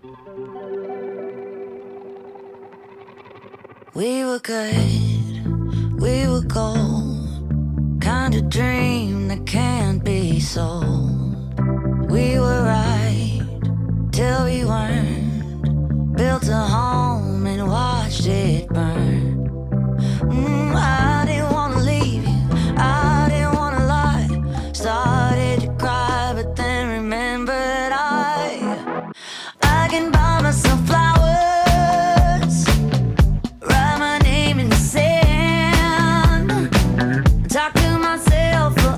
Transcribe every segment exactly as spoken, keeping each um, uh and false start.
We were good, we were gold, kind of dream that can't be sold. We were right till we weren't, built a home and watched it burn. Mm, I didn't wanna leave you, I didn't wanna lie. Started to cry but then remembered I I can buy myself flowers, write my name in the sand, talk to myself for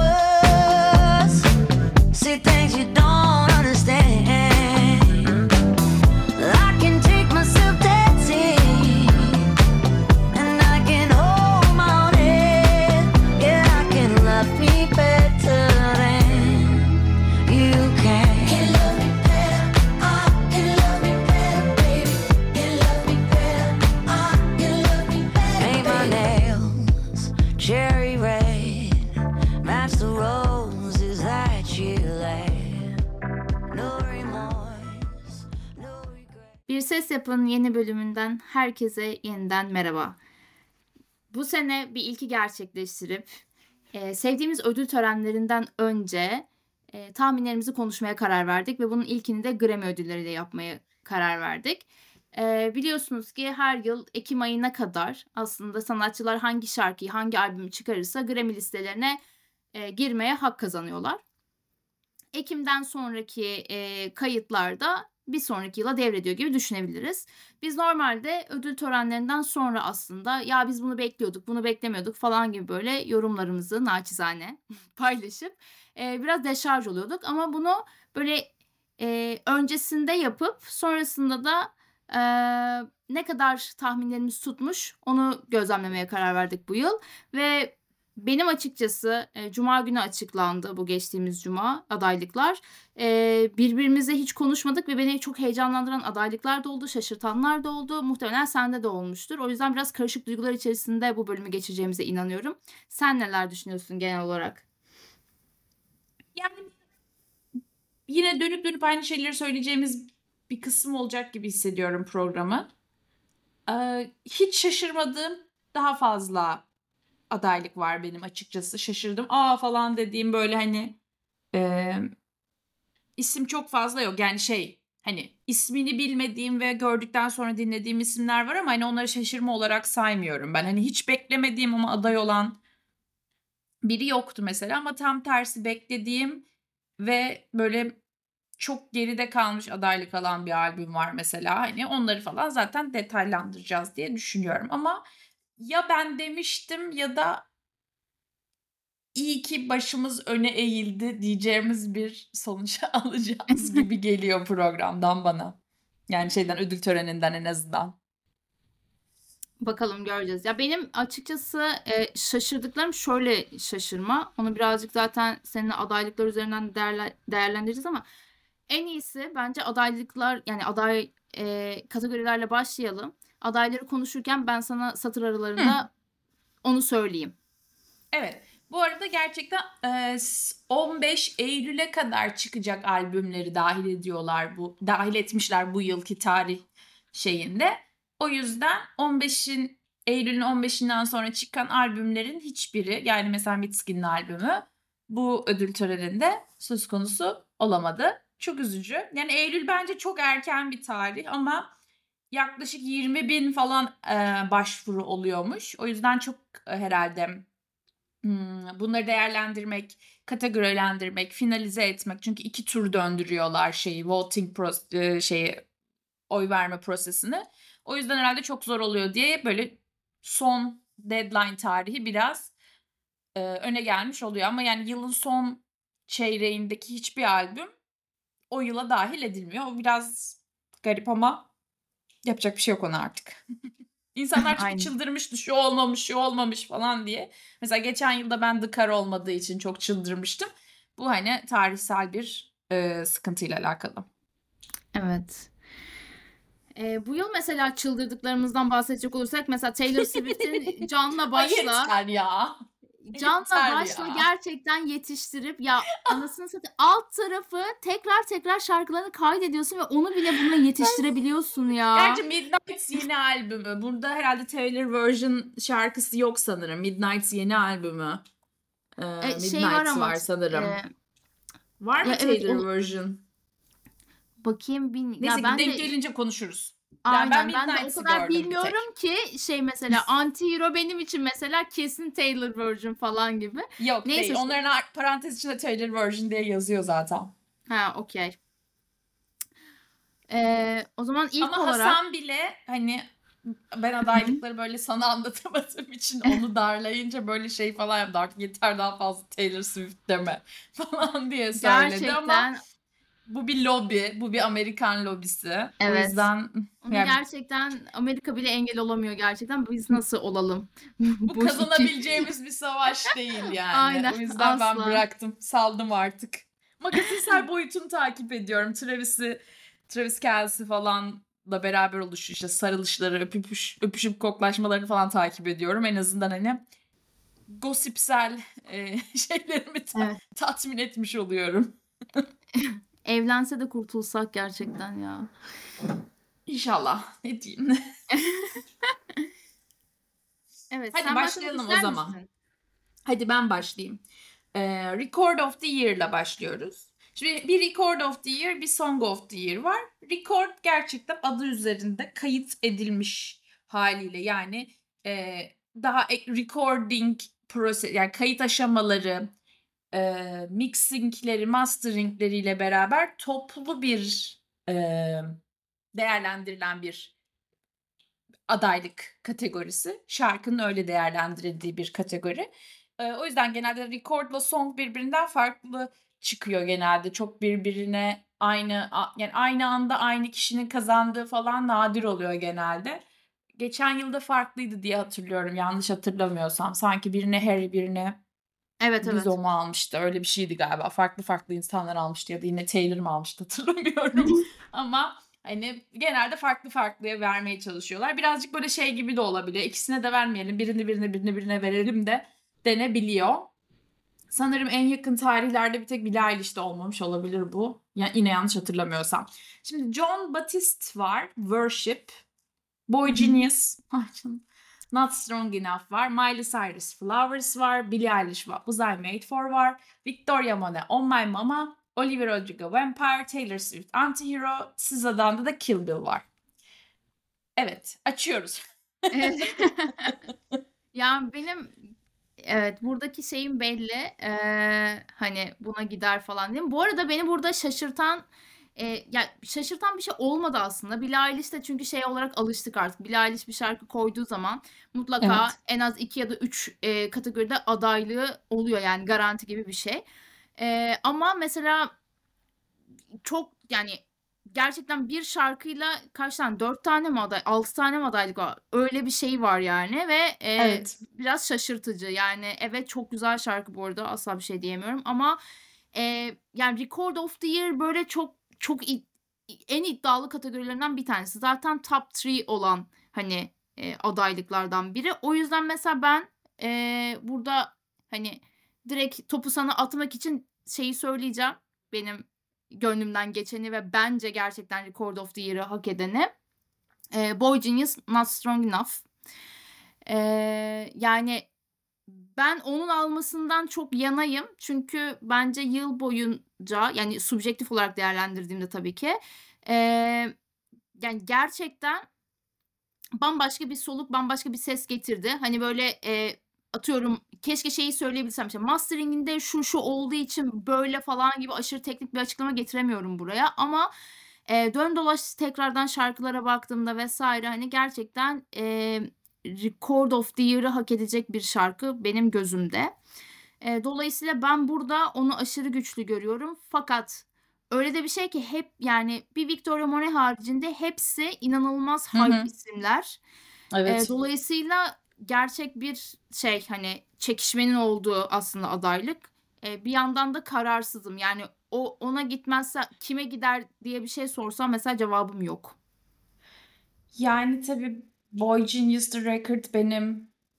hours, see things you don't understand. I can take myself dancing, and I can hold my own head. Yeah, I can love me better than you can. Can love me better, I can love me better, baby. Can love me better, I can love me better. Paint my nails cherry red, match the roses that you laid. No remorse, no regret. Bir Ses Yapın yeni bölümünden herkese yeniden merhaba. Bu sene bir ilki gerçekleştirip e, sevdiğimiz ödül törenlerinden önce e, tahminlerimizi konuşmaya karar verdik ve bunun ilkini de Grammy ödülleriyle yapmaya karar verdik. E, biliyorsunuz ki her yıl Ekim ayına kadar aslında sanatçılar hangi şarkıyı, hangi albümü çıkarırsa Grammy listelerine e, girmeye hak kazanıyorlar. Ekim'den sonraki e, kayıtlarda bir sonraki yıla devrediyor gibi düşünebiliriz. Biz normalde ödül törenlerinden sonra aslında ya biz bunu bekliyorduk, bunu beklemiyorduk falan gibi böyle yorumlarımızı naçizane paylaşıp e, biraz deşarj oluyorduk. Ama bunu böyle e, öncesinde yapıp sonrasında da e, ne kadar tahminlerimiz tutmuş onu gözlemlemeye karar verdik bu yıl. Ve benim açıkçası e, Cuma günü açıklandı bu geçtiğimiz Cuma adaylıklar. E, birbirimizle hiç konuşmadık ve beni çok heyecanlandıran adaylıklar da oldu, şaşırtanlar da oldu. Muhtemelen sende de olmuştur. O yüzden biraz karışık duygular içerisinde bu bölümü geçireceğimize inanıyorum. Sen neler düşünüyorsun genel olarak? Yani yine dönüp dönüp aynı şeyleri söyleyeceğimiz bir kısım olacak gibi hissediyorum programı. Ee, hiç şaşırmadığım daha fazla adaylık var benim açıkçası. Şaşırdım. Aa falan dediğim böyle hani e, isim çok fazla yok. Yani şey hani ismini bilmediğim ve gördükten sonra dinlediğim isimler var ama hani onları şaşırma olarak saymıyorum ben. Hani hiç beklemediğim ama aday olan biri yoktu mesela ama tam tersi beklediğim ve böyle çok geride kalmış adaylık alan bir albüm var mesela. Hani onları falan zaten detaylandıracağız diye düşünüyorum ama ya ben demiştim ya da iyi ki başımız öne eğildi diyeceğimiz bir sonuç alacağız gibi geliyor programdan bana. Yani şeyden ödül töreninden en azından. Bakalım göreceğiz. Ya benim açıkçası e, şaşırdıklarım şöyle şaşırma. Onu birazcık zaten seninle adaylıklar üzerinden değerle- değerlendireceğiz ama en iyisi bence adaylıklar yani aday e, kategorilerle başlayalım. Adayları konuşurken ben sana satır Hı. aralarında onu söyleyeyim. Evet. Bu arada gerçekten e, s- on beş Eylül'e kadar çıkacak albümleri dahil ediyorlar bu dahil etmişler bu yılki tarih şeyinde. O yüzden on beşin Eylül'ün on beşinden sonra çıkan albümlerin hiçbiri yani mesela Mitski'nin albümü bu ödül töreninde söz konusu olamadı. Çok üzücü. Yani Eylül bence çok erken bir tarih ama yaklaşık yirmi bin falan e, başvuru oluyormuş. O yüzden çok e, herhalde hmm, bunları değerlendirmek, kategorilendirmek, finalize etmek. Çünkü iki tur döndürüyorlar şeyi, voting pros- e, şeyi, oy verme prosesini. O yüzden herhalde çok zor oluyor diye böyle son deadline tarihi biraz e, öne gelmiş oluyor. Ama yani yılın son çeyreğindeki hiçbir albüm o yıla dahil edilmiyor. O biraz garip ama yapacak bir şey yok ona artık. İnsanlar çünkü Aynen. çıldırmıştı şu olmamış şu olmamış falan diye. Mesela geçen yılda ben The Car olmadığı için çok çıldırmıştım. Bu hani tarihsel bir e, sıkıntıyla alakalı. Evet. E, bu yıl mesela çıldırdıklarımızdan bahsedecek olursak mesela Taylor Swift'in Canla Ay Başla. yeter ya. canla Yeter başla ya. gerçekten yetiştirip ya anasını satayım alt tarafı tekrar tekrar şarkılarını kaydediyorsun ve onu bile buna yetiştirebiliyorsun ya. Gerçi Midnight's yeni albümü. Burada herhalde Taylor version şarkısı yok sanırım. Midnight's yeni albümü. Ee, E, şey var Midnights ama var sanırım. e, Var ya mı evet Taylor o version? bakayım bin Neyse ya ki ben denk de gelince konuşuruz. Yani ben aynen ben de o Midnights'ı kadar gördüm bir tek. bilmiyorum ki şey mesela Anti-Hero benim için mesela kesin Taylor version falan gibi. Yok Neyse değil. şu- Onların ar- parantez içinde Taylor version diye yazıyor zaten. ha okey. Ee, o zaman ilk Ama olarak Hasan bile hani ben adaylıkları böyle sana anlatamadığım için onu darlayınca böyle şey falan yaptı. Artık yeter daha fazla Taylor Swift deme falan diye söyledi ama gerçekten bu bir lobi, bu bir Amerikan lobisi. O evet. yüzden Onu yani gerçekten Amerika bile engel olamıyor gerçekten. Biz nasıl olalım? bu Bu iki. kazanabileceğimiz bir savaş değil yani. Aynen O yüzden ben asla. bıraktım, saldım artık. Magazinsel boyutunu takip ediyorum. Travis'i, Travis Kelce falan da beraber oluşu işte sarılışları, öpüpüş, öpüşüp koklaşmalarını falan takip ediyorum. En azından hani gossipsel e, şeylerimi ta- Evet. tatmin etmiş oluyorum. Evlense de kurtulsak gerçekten ya. İnşallah. Ne diyeyim? Evet, Hadi sen başlamak başlayalım o ister zaman. misin? Hadi ben başlayayım. Ee, Record of the Year'la başlıyoruz. Şimdi bir Record of the Year, bir Song of the Year var. Record gerçekten adı üzerinde kayıt edilmiş haliyle yani e, daha e- recording proses yani kayıt aşamaları, e, mixingleri, masteringleriyle beraber toplu bir e, değerlendirilen bir adaylık kategorisi. Şarkının öyle değerlendirildiği bir kategori. Ee, o yüzden genelde record'la song birbirinden farklı çıkıyor genelde. Çok birbirine aynı a- yani aynı anda aynı kişinin kazandığı falan nadir oluyor genelde. Geçen yılda farklıydı diye hatırlıyorum yanlış hatırlamıyorsam. Sanki birine Harry birine Evet evet. Lizzo mu almıştı öyle bir şeydi galiba. Farklı farklı insanlar almıştı ya da yine Taylor mı almıştı hatırlamıyorum. Ama hani genelde farklı farklıya vermeye çalışıyorlar. Birazcık böyle şey gibi de olabilir. İkisine de vermeyelim. Birini birine birine birine verelim de denebiliyor. Sanırım en yakın tarihlerde bir tek Billie Eilish'te olmamış olabilir bu. Yani yine yanlış hatırlamıyorsam. Şimdi John Batiste var. Worship. Boy Genius. Ay canım. Not Strong Enough var. Miley Cyrus Flowers var. Billie Eilish What Was I Made For var. Victoria Monet On My Mama. Olivia Rodrigo Vampire. Taylor Swift Antihero. S Z A'dan da Kill Bill var. Evet açıyoruz. Evet. Ya benim evet buradaki şeyim belli. Ee, hani buna gider falan diyeyim. Bu arada beni burada şaşırtan e, ya şaşırtan bir şey olmadı aslında. Billie Eilish'te çünkü şey olarak alıştık artık. Billie Eilish bir şarkı koyduğu zaman mutlaka Evet. en az iki ya da üç e, kategoride adaylığı oluyor yani garanti gibi bir şey. Ee, ama mesela çok yani gerçekten bir şarkıyla kaç tane? Dört tane mi aday? Altı tane mi adaylık var? Öyle bir şey var yani ve e, Evet. biraz şaşırtıcı. Yani evet çok güzel şarkı bu arada asla bir şey diyemiyorum ama e, yani Record of the Year böyle çok çok i- en iddialı kategorilerinden bir tanesi. Zaten top üç olan hani e, adaylıklardan biri. O yüzden mesela ben e, burada hani direkt topu sana atmak için şeyi söyleyeceğim. Benim gönlümden geçeni ve bence gerçekten Record of the Year'ı hak edeni. E, Boy Genius Not Strong Enough. E, yani ben onun almasından çok yanayım. Çünkü bence yıl boyunca yani subjektif olarak değerlendirdiğimde tabii ki e, yani gerçekten bambaşka bir soluk, bambaşka bir ses getirdi. Hani böyle e, atıyorum keşke şeyi söyleyebilsem işte masteringinde şu şu olduğu için böyle falan gibi aşırı teknik bir açıklama getiremiyorum buraya ama e, dön dolaş tekrardan şarkılara baktığımda vesaire hani gerçekten e, Record of the Year'ı hak edecek bir şarkı benim gözümde. E, dolayısıyla ben burada onu aşırı güçlü görüyorum fakat öyle de bir şey ki hep yani bir Victoria Monet haricinde hepsi inanılmaz Hı hype hı. isimler. Ee, Evet. dolayısıyla gerçek bir şey hani çekişmenin olduğu aslında adaylık. Ee, bir yandan da kararsızım. Yani o ona gitmezse kime gider diye bir şey sorsam mesela cevabım yok. Yani tabii Boy Genius The Record benim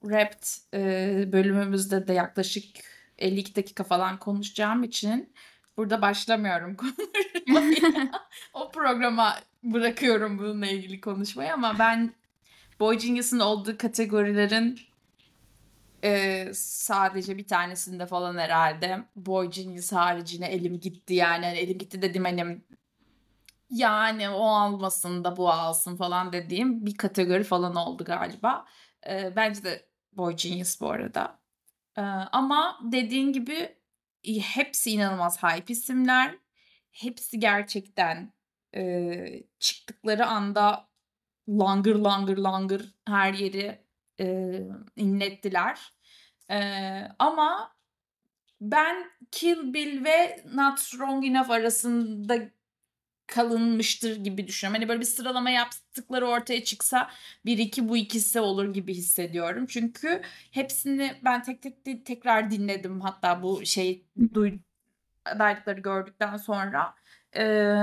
Wrapped e, bölümümüzde de yaklaşık elli iki dakika falan konuşacağım için burada başlamıyorum konuşmaya. O programa bırakıyorum bununla ilgili konuşmayı ama ben Boy Genius'ın olduğu kategorilerin e, sadece bir tanesinde falan herhalde Boy Genius haricine elim gitti yani. Hani elim gitti dediğim hani yani o almasın da bu alsın falan dediğim bir kategori falan oldu galiba. Ee, bence de Boy Genius bu arada. Ee, ama dediğin gibi i- hepsi inanılmaz hype isimler. Hepsi gerçekten e, çıktıkları anda langır langır langır her yeri e, inlettiler. Ee, ama ben Kill Bill ve Not Strong Enough arasında kalınmıştır gibi düşünüyorum. Hani böyle bir sıralama yaptıkları ortaya çıksa bir iki bu ikisi olur gibi hissediyorum. Çünkü hepsini ben tek tek de- tekrar dinledim hatta bu şey duy adaylıkları gördükten sonra. Ee,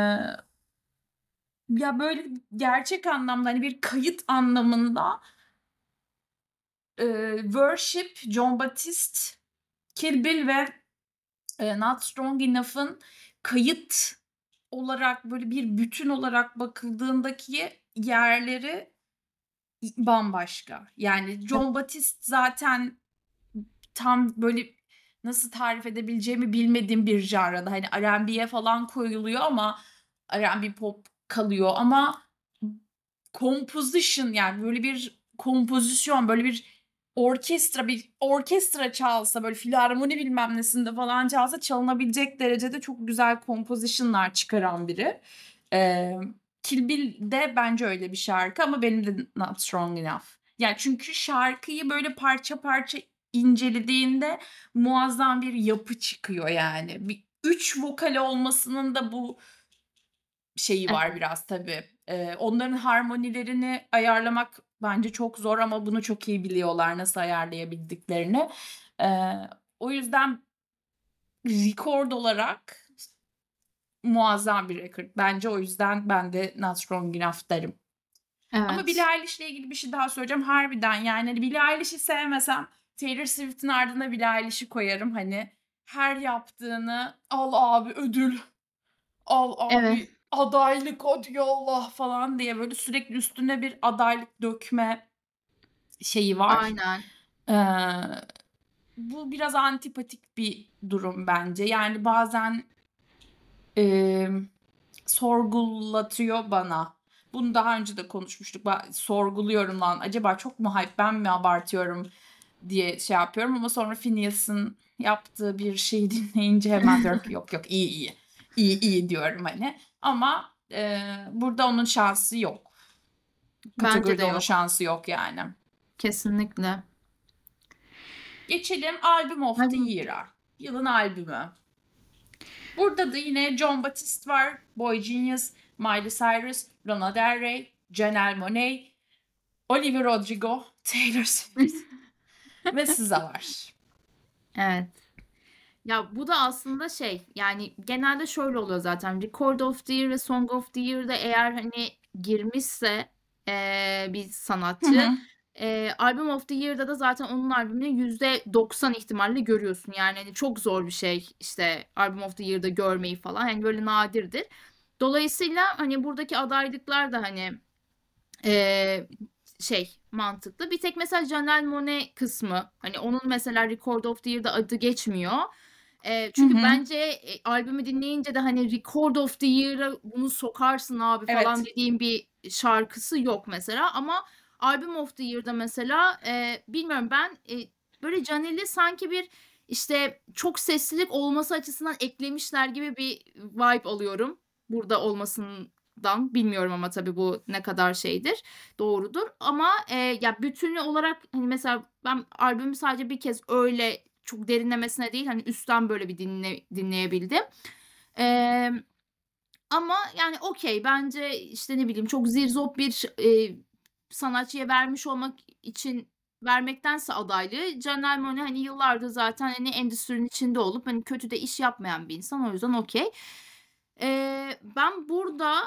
ya böyle gerçek anlamda hani bir kayıt anlamında e, Worship, John Batiste, Kill Bill ve e, Not Strong Enough'ın kayıt olarak böyle bir bütün olarak bakıldığındaki yerleri bambaşka. Yani John Batiste zaten tam böyle nasıl tarif edebileceğimi bilmediğim bir janrada. Hani R and B'ye falan koyuluyor ama R and B pop kalıyor ama composition yani böyle bir kompozisyon böyle bir orkestra bir orkestra çalsa böyle filarmoni bilmem nesinde falan çalsa çalınabilecek derecede çok güzel composition'lar çıkaran biri. Ee, Kill Bill de bence öyle bir şarkı ama benim de Not Strong Enough. Yani çünkü şarkıyı böyle parça parça incelediğinde muazzam bir yapı çıkıyor yani. Bir, üç vokali olmasının da bu şeyi Evet, var biraz tabii. Eee, onların harmonilerini ayarlamak bence çok zor ama bunu çok iyi biliyorlar nasıl ayarlayabildiklerini. Eee, o yüzden record olarak muazzam bir record. Bence o yüzden ben de Not Strong Enough derim. Ama Billie evet. Eilish'le ilgili bir şey daha söyleyeceğim. Harbiden yani hani Billie Eilish'i sevmesem Taylor Swift'in ardına Billie Eilish'i koyarım. Hani her yaptığını al abi ödül, al Evet, abi adaylık hadi Allah falan diye böyle sürekli üstüne bir adaylık dökme şeyi var. aynen. Ee, bu biraz antipatik bir durum bence. Yani bazen e, sorgulatıyor bana. Bunu daha önce de konuşmuştuk. Ben sorguluyorum lan. Acaba çok mu hype ben mi abartıyorum diye şey yapıyorum ama sonra Phineas'ın yaptığı bir şeyi dinleyince hemen diyorum ki yok yok iyi iyi. İyi iyi diyorum hani. Ama e, burada onun şansı yok. Bence de Kategoride onun yok. şansı yok yani. Kesinlikle. Geçelim Album of the Albüm Year'a. Yılın albümü. Burada da yine John Batiste var, Boy Genius, Miley Cyrus, Lana Del Rey, Janelle Monáe, Olivia Rodrigo, Taylor Swift ve S Z A var. Evet. Ya bu da aslında şey yani genelde şöyle oluyor zaten Record of the Year ve Song of the Year'da eğer hani girmişse eee, bir Hı sanatçı hı. eee, Album of the Year'da da zaten onun albümünü yüzde doksan ihtimalle görüyorsun. Yani hani çok zor bir şey işte Album of the Year'da görmeyi falan yani böyle nadirdir. Dolayısıyla hani buradaki adaylıklar da hani eee, şey mantıklı. Bir tek mesela Janelle Monáe kısmı hani onun mesela Record of the Year'da adı geçmiyor. Eee, Hı çünkü hı. bence e, albümü dinleyince de hani Record of the Year'a bunu sokarsın abi falan Evet. dediğim bir şarkısı yok mesela. Ama Album of the Year'da mesela e, bilmiyorum ben e, böyle Janelle'i sanki bir işte çok seslilik olması açısından eklemişler gibi bir vibe alıyorum burada olmasından. Bilmiyorum ama tabii bu ne kadar şeydir, doğrudur. Ama e, ya bütünü olarak hani mesela ben albümü sadece bir kez öyle çok derinlemesine değil hani üstten böyle bir dinle, dinleyebildim. Ee, ama yani okey bence işte ne bileyim çok zirzop bir e, sanatçıya vermiş olmak için vermektense adaylığı Janelle Monáe hani yıllardır zaten hani endüstrinin içinde olup hani kötü de iş yapmayan bir insan o yüzden okey. Ee, ben burada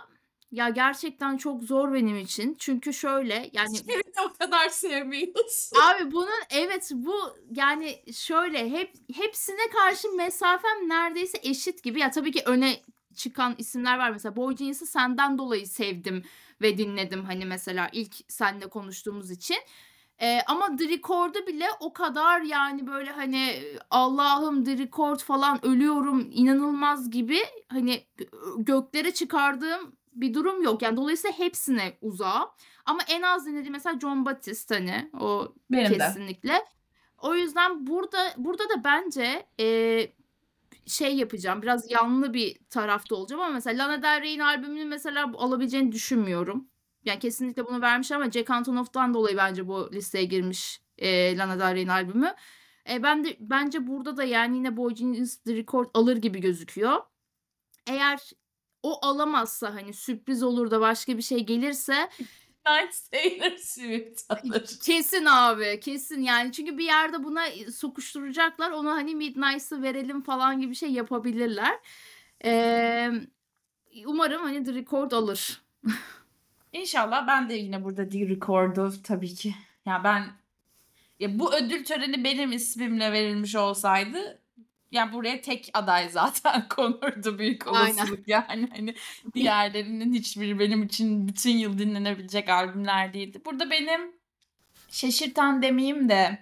Ya, gerçekten çok zor benim için. Çünkü şöyle, yani Hiçbirini o kadar sevmiyorsun. Abi bunun evet, bu yani şöyle hep hepsine karşı mesafem neredeyse eşit gibi. Ya, tabii ki öne çıkan isimler var. Mesela Boy Genes'i senden dolayı sevdim ve dinledim, hani, mesela ilk seninle konuştuğumuz için. Eee, ama The Record'u bile o kadar, yani, böyle, hani, Allah'ım The Record falan ölüyorum, inanılmaz gibi, hani, gö göklere çıkardığım bir durum yok. Yani, dolayısıyla hepsine uzağım. Ama en az dinlediğim mesela Jon Batiste, hani, o Benim de. kesinlikle. O yüzden burada burada da bence, eee, şey yapacağım, biraz yanlı bir tarafta olacağım ama mesela Lana Del Rey'in albümünü mesela bu alabileceğini düşünmüyorum. Yani kesinlikle bunu vermişler ama Jack Antonoff'tan dolayı bence bu listeye girmiş, eee, Lana Del Rey'in albümü. Eee, ben de bence burada da, yani, yine Boy Genius The Record alır gibi gözüküyor. Eğer o alamazsa, hani, sürpriz olur da başka bir şey gelirse Nice Taylor Swift alır. kesin abi, kesin yani çünkü bir yerde buna, eee, sokuşturacaklar. Ona, hani, Midnights'ı verelim falan gibi bir şey yapabilirler. Emm, umarım, hani, The Record alır. İnşallah ben de yine burada The Record'u tabii ki. Ya ben ya bu ödül töreni benim ismimle verilmiş olsaydı ya buraya tek aday zaten konurdu büyük Aynen. olasılık yani hani diğerlerinin hiçbiri benim için bütün yıl dinlenebilecek albümler değildi. Burada benim şaşırtan demeyeyim de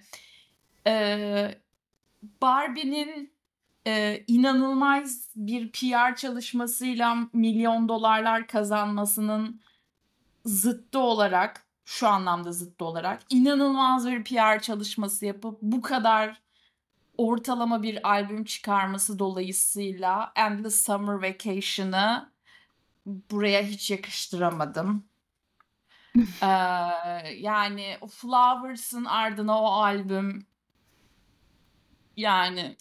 eee Barbie'nin eee, inanılmaz bir P R çalışmasıyla milyon dolarlar kazanmasının zıttı olarak, şu anlamda zıttı olarak inanılmaz bir P R çalışması yapıp bu kadar ortalama bir albüm çıkarması dolayısıyla Endless Summer Vacation'ı buraya hiç yakıştıramadım. Eee, yani o Flowers'ın ardına o albüm yani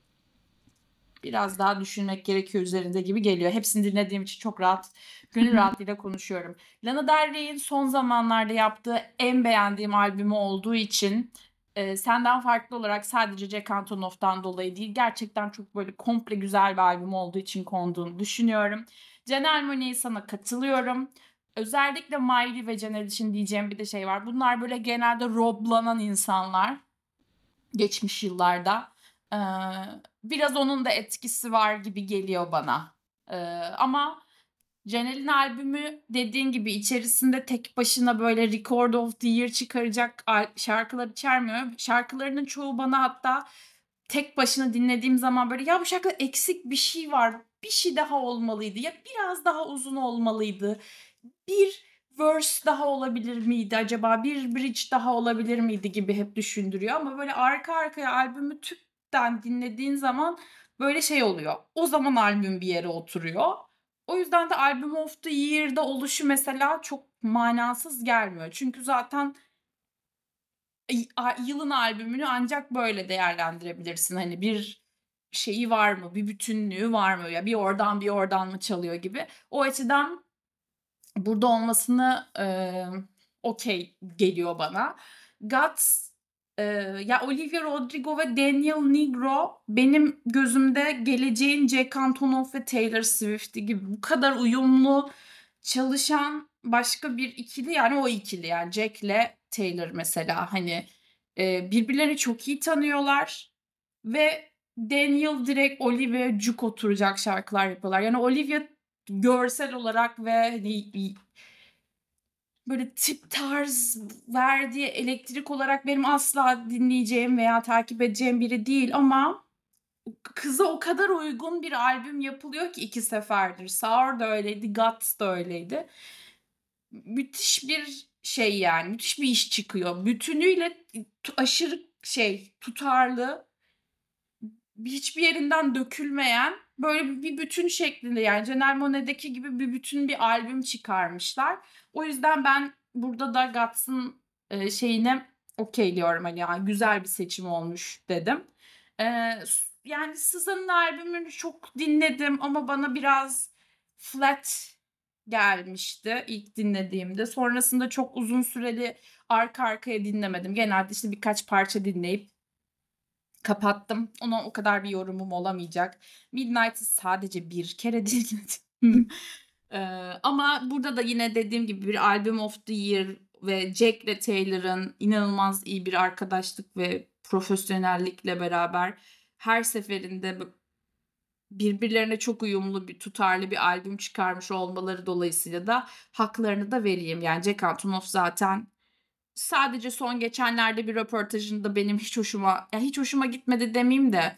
biraz daha düşünmek gerekiyor üzerinde gibi geliyor. Hepsini dinlediğim için çok rahat, gönül rahatlığıyla konuşuyorum. Lana Del Rey'in son zamanlarda yaptığı en beğendiğim albümü olduğu için e, senden farklı olarak sadece Jack Antonoff'tan dolayı değil, gerçekten çok böyle komple güzel bir albüm olduğu için konduğunu düşünüyorum. Janelle Monáe'ye sana katılıyorum. Özellikle Miley ve Janelle için diyeceğim bir de şey var. Bunlar böyle genelde roblanan insanlar geçmiş yıllarda. Ee, biraz onun da etkisi var gibi geliyor bana. Ee, ama Janelle'in albümü dediğin gibi içerisinde tek başına böyle Record of the Year çıkaracak al- şarkılar içermiyor. Şarkılarının çoğu bana hatta tek başına dinlediğim zaman böyle ya bu şarkıda eksik bir şey var. Bir şey daha olmalıydı. Ya biraz daha uzun olmalıydı. Bir verse daha olabilir miydi acaba? Bir bridge daha olabilir miydi gibi hep düşündürüyor ama böyle arka arkaya albümü tüpten dinlediğin zaman böyle şey oluyor. O zaman albüm bir yere oturuyor. O yüzden de Album of the Year'da oluşu mesela çok manasız gelmiyor. Çünkü zaten y- a- yılın albümünü ancak böyle değerlendirebilirsin. Hani bir şeyi var mı? Bir bütünlüğü var mı? Ya bir oradan bir oradan mı çalıyor gibi. O açıdan burada olmasını eee okey geliyor bana. Guts eee, ya Olivia Rodrigo ve Daniel Negro benim gözümde geleceğin Jack Antonoff ve Taylor Swift'i gibi bu kadar uyumlu çalışan başka bir ikili yani o ikili yani Jack'le Taylor mesela hani eee, birbirlerini çok iyi tanıyorlar ve Daniel direkt Olivia cuk oturacak şarkılar yapıyorlar. Yani Olivia görsel olarak ve hani böyle tip tarz verdiği elektrik olarak benim asla dinleyeceğim veya takip edeceğim biri değil ama kıza o kadar uygun bir albüm yapılıyor ki iki seferdir. Sour da öyleydi, Guts da öyleydi. Müthiş bir şey yani, müthiş bir iş çıkıyor. Bütünüyle t- aşırı şey, tutarlı, hiçbir yerinden dökülmeyen böyle bir bütün şeklinde yani Janelle Monáe'deki gibi bir bütün bir albüm çıkarmışlar. O yüzden ben burada da Guts'ın e, şeyine okeyliyorum hani yani güzel bir seçim olmuş dedim. Ee, s- yani Sıza'nın albümünü çok dinledim ama bana biraz flat gelmişti ilk dinlediğimde. Sonrasında çok uzun süreli arka arkaya dinlemedim. Genelde işte birkaç parça dinleyip kapattım. Ona o kadar bir yorumum olamayacak. Midnight'ı sadece bir kere dinledim. Eee, ama burada da yine dediğim gibi bir Album of the Year ve Jack'le Taylor'ın inanılmaz iyi bir arkadaşlık ve profesyonellikle beraber her seferinde b birbirlerine çok uyumlu bir tutarlı bir albüm çıkarmış olmaları dolayısıyla da haklarını da vereyim. Yani Jack Antonoff zaten sadece son geçenlerde bir röportajında benim hiç hoşuma ya hiç hoşuma gitmedi demeyeyim de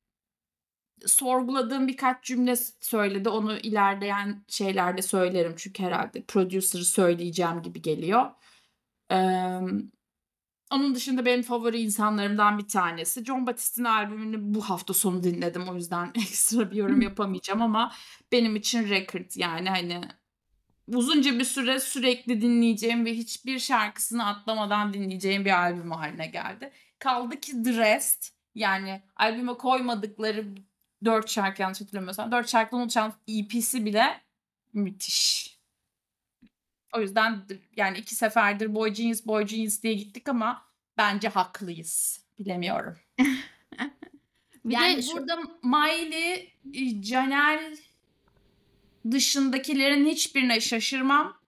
sorguladığım birkaç cümle s söyledi. Onu ilerleyen şeylerde söylerim çünkü herhâlde producer'ı söyleyeceğim gibi geliyor. Emm, onun dışında benim favori insanlarımdan bir tanesi. Jon Batist'in albümünü bu hafta sonu dinledim. O yüzden ekstra bir yorum yapamayacağım ama benim için record yani, hani, uzunca bir süre sürekli dinleyeceğim ve hiçbir şarkısını atlamadan dinleyeceğim bir albüm hâline geldi. Kaldı ki The Rest, yani albüme koymadıkları dört şarkı yanlış hatırlamıyorsam dört şarkıdan oluşan E P'si bile müthiş. O yüzden d yani iki seferdir Boy Genius, Boy Genius diye gittik ama bence haklıyız. Bilemiyorum. Bir de Yani şu burada Miley, iii, Janelle dışındakilerin hiçbirine şaşırmam.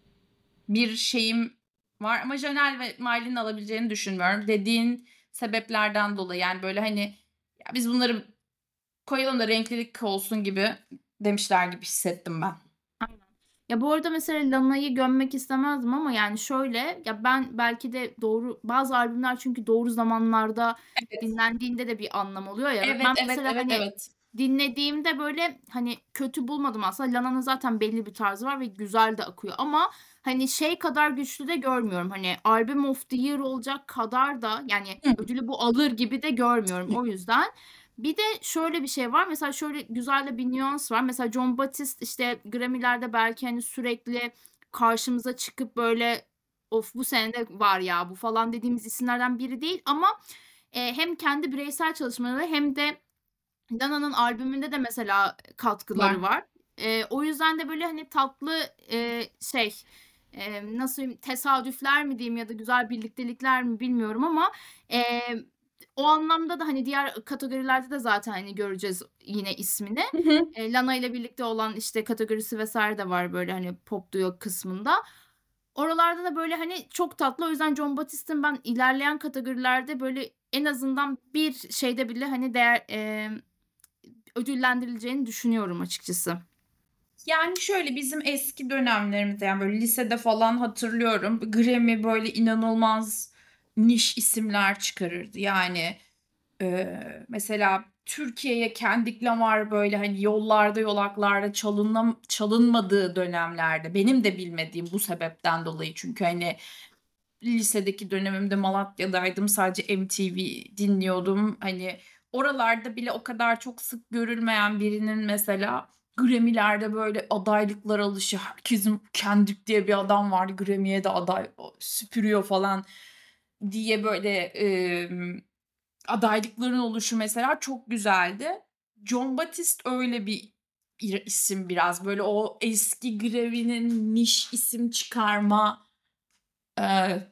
Bir şeyim var ama Janelle ve Miley'nin alabileceğini düşünmüyorum. Dediğin sebeplerden dolayı. Yani, böyle, hani, "Ya, biz bunları koyalım da renklilik olsun." gibi demişler gibi hissettim ben. Aynen. Ya, bu arada mesela Lana'yı gömmek istemezdim ama, yani, şöyle, ya, ben belki de doğru bazı albümler çünkü doğru zamanlarda Evet. dinlendiğinde de bir anlam oluyor ya ve Evet, ben evet, mesela, evet, hani, evet. dinlediğimde, böyle, hani, kötü bulmadım aslında. Lana'nın zaten belli bir tarzı var ve güzel de akıyor ama, hani, şey kadar güçlü de görmüyorum. Hani, Album of the Year olacak kadar da, yani, Hı. ödülü bu alır gibi de görmüyorum o yüzden. Bir de şöyle bir şey var. Mesela şöyle güzel de bir nüans var. Mesela Jon Batiste, işte, Grammy'lerde belki, hani, sürekli karşımıza çıkıp, böyle, "Of, bu sene de var ya bu." falan dediğimiz isimlerden biri değil ama, eee, hem kendi bireysel çalışmaları hem de Lana'nın albümünde de mesela katkıları Var. var. Eee, o yüzden de, böyle, hani, tatlı, eee, şey, emm, nasıl diyeyim, tesadüfler mi diyeyim ya da güzel birliktelikler mi bilmiyorum ama, emm, o anlamda da, hani, diğer kategorilerde de zaten, hani, göreceğiz yine ismini. Hı hı. Eee, Lana ile birlikte olan, işte, kategorisi vesaire de var, böyle, hani, pop duo kısmında. Oralarda da, böyle, hani, çok tatlı. O yüzden Jon Batiste'in ben ilerleyen kategorilerde, böyle, en azından bir şeyde bile, hani, değer emm, ödüllendirileceğini düşünüyorum açıkçası. Yani, şöyle, bizim eski dönemlerimizde, yani, böyle, lisede falan hatırlıyorum, Grammy, böyle, inanılmaz niş isimler çıkarırdı. Yani, eee, mesela Türkiye'ye Kendrick Lamar, böyle, hani, yollarda yolaklarda çalınam çalınmadığı dönemlerde, benim de bilmediğim bu sebepten dolayı çünkü, hani, lisedeki dönemimde Malatya'daydım, sadece M T V dinliyordum. Hani, oralarda bile o kadar çok sık görülmeyen birinin mesela Grammy'lerde, böyle, adaylıklar alışı, herkesin Kendrick diye bir adam vardı, Grammy'ye de aday, o süpürüyor falan diye, böyle, emm, adaylıkların oluşu mesela çok güzeldi. Jon Batiste öyle bir ir isim biraz. Böyle, o eski Grammy'nin niş isim çıkarma, eee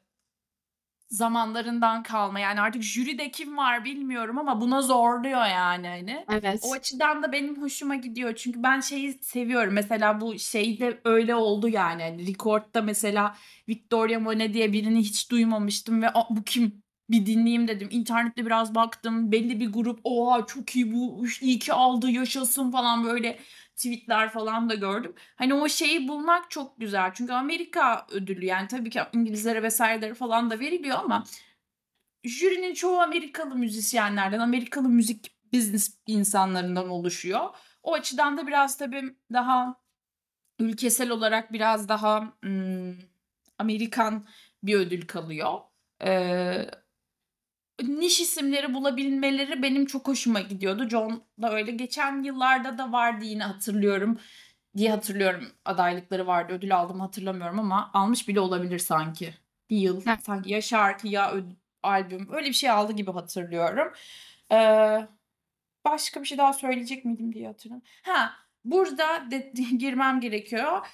zamanlarından kalma, yani, artık jüride kim var bilmiyorum ama buna zorluyor, yani, hani. O Evet. açıdan da benim hoşuma gidiyor. Çünkü ben şeyi seviyorum, mesela bu şeyde öyle oldu, yani, hani, Record'da mesela Victoria Monet diye birini hiç duymamıştım ve "A, bu kim? Bir dinleyeyim." dedim. İnternette biraz baktım, belli bir grup, "Oha, çok iyi bu, üş iyi ki aldı, yaşasın." falan böyle tweet'ler falan da gördüm. Hani, o şeyi bulmak çok güzel. Çünkü Amerika ödülü, yani, tabii ki İngilizlere vesaire'lere falan da veriliyor ama jürinin çoğu Amerikalı müzisyenlerden, Amerikalı müzik business insanlarından oluşuyor. O açıdan da biraz tabii daha ülkesel olarak biraz daha, ımm, Amerikan bir ödül kalıyor. Eee, niş isimleri bulabilmeleri benim çok hoşuma gidiyordu. Jon da öyle. Geçen yıllarda da vardı yine hatırlıyorum diye hatırlıyorum. Adaylıkları vardı. Ödül aldı mı hatırlamıyorum ama almış bile olabilir sanki. Bir yıl Ya sanki ya şarkı ya öd albüm öyle bir şey aldı gibi hatırlıyorum. Eee, başka bir şey daha söyleyecek miydim diye hatırlıyorum. Ha, burada de girmem gerekiyor.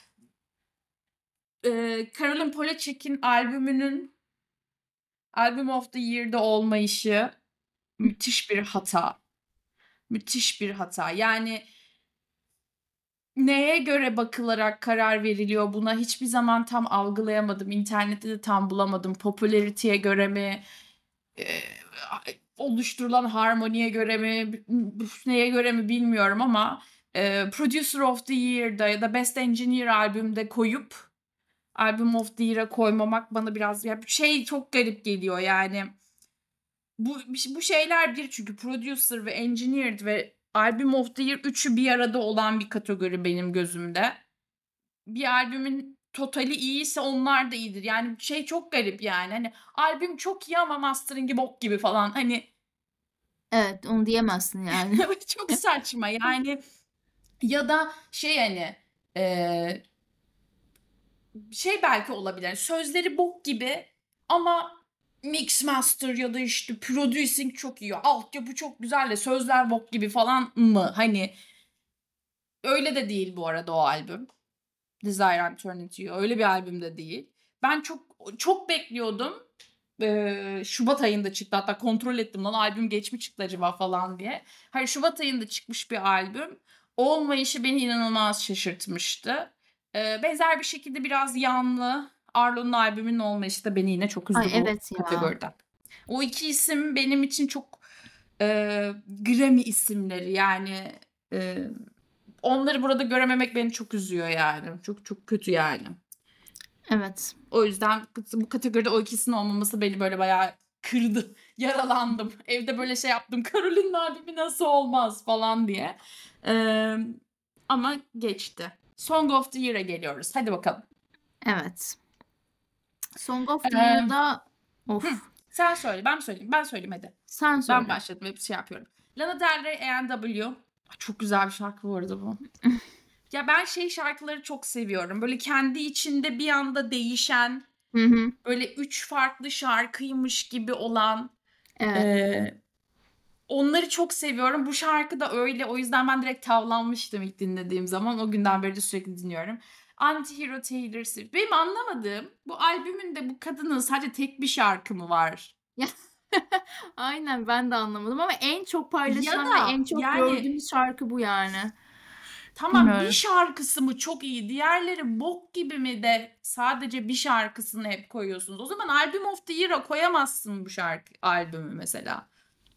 Eee, Caroline Polachek'in albümünün Album of the Year'da olmayışı müthiş bir hata. Müthiş bir hata. Yani neye göre bakılarak karar veriliyor buna hiçbir zaman tam algılayamadım. İnternette de tam bulamadım. Popularity'ye göre mi, eee, oluşturulan harmoniye göre mi, neye göre mi bilmiyorum ama eee, Producer of the Year'da ya da Best Engineer albümde koyup Album of the Year'a koymamak bana biraz ya şey çok garip geliyor yani. Bu bu şeyler bir çünkü Producer ve Engineered ve Album of the Year üçü bir arada olan bir kategori benim gözümde. Bir albümün totali iyiyse onlar da iyidir. Yani şey çok garip yani. Hani albüm çok iyi ama mastering'i bok gibi falan. Hani Evet, onu diyemezsin yani. evet çok saçma yani. Ya da şey hani eee, şey belki olabilir. Yani sözleri bok gibi ama mix master ya da işte producing çok iyi. Altyapı çok güzel de sözler bok gibi falan mı? Hani öyle de değil bu arada o albüm. Desire and Eternity öyle bir albüm de değil. Ben çok çok bekliyordum. Ee, Şubat ayında çıktı. Hatta kontrol ettim lan albüm geç mi çıktı acaba falan diye. Hayır Şubat ayında çıkmış bir albüm. Olmayışı beni inanılmaz şaşırtmıştı. Ee, benzer bir şekilde biraz yanlı. Arlo'nun albümünün olmayışı da beni yine çok üzdü Ay bu evet ya. kategoride. O iki isim benim için çok e, Grammy isimleri yani e, onları burada görememek beni çok üzüyor yani. Çok çok kötü yani. Evet. O yüzden bu kategoride o ikisinin olmaması beni böyle bayağı kırdı. Yaralandım. Evde böyle şey yaptım. Caroline'in albümü nasıl olmaz falan diye. Ee, ama geçti. Song of the Year'a geliyoruz. Hadi bakalım. Evet. Song of the Ee, Year'da of. hı, sen söyle. Ben mi söyleyeyim? Ben söyleyeyim hadi. Sen söyle. Ben başladım. Hep şey yapıyorum. Lana Del Rey A and W. Ay, çok güzel bir şarkı bu arada bu. Ya ben şey şarkıları çok seviyorum. Böyle kendi içinde bir anda değişen, Hı hı. böyle üç farklı şarkıymış gibi olan Evet. e, onları çok seviyorum. Bu şarkı da öyle. O yüzden ben direkt tavlanmıştım ilk dinlediğim zaman. O günden beri de sürekli dinliyorum. Anti-Hero Taylor Swift. Benim anlamadığım bu albümünde bu kadının sadece tek bir şarkı mı var? Ya aynen ben de anlamadım ama en çok Ya paylaşılan ve da en çok yani gördüğümüz şarkı bu yani. tamam bir Bilmiyorum. şarkısı mı çok iyi, diğerleri bok gibi mi de sadece bir şarkısını hep koyuyorsunuz. O zaman Album of the Year'a koyamazsın bu şarkı albümü mesela.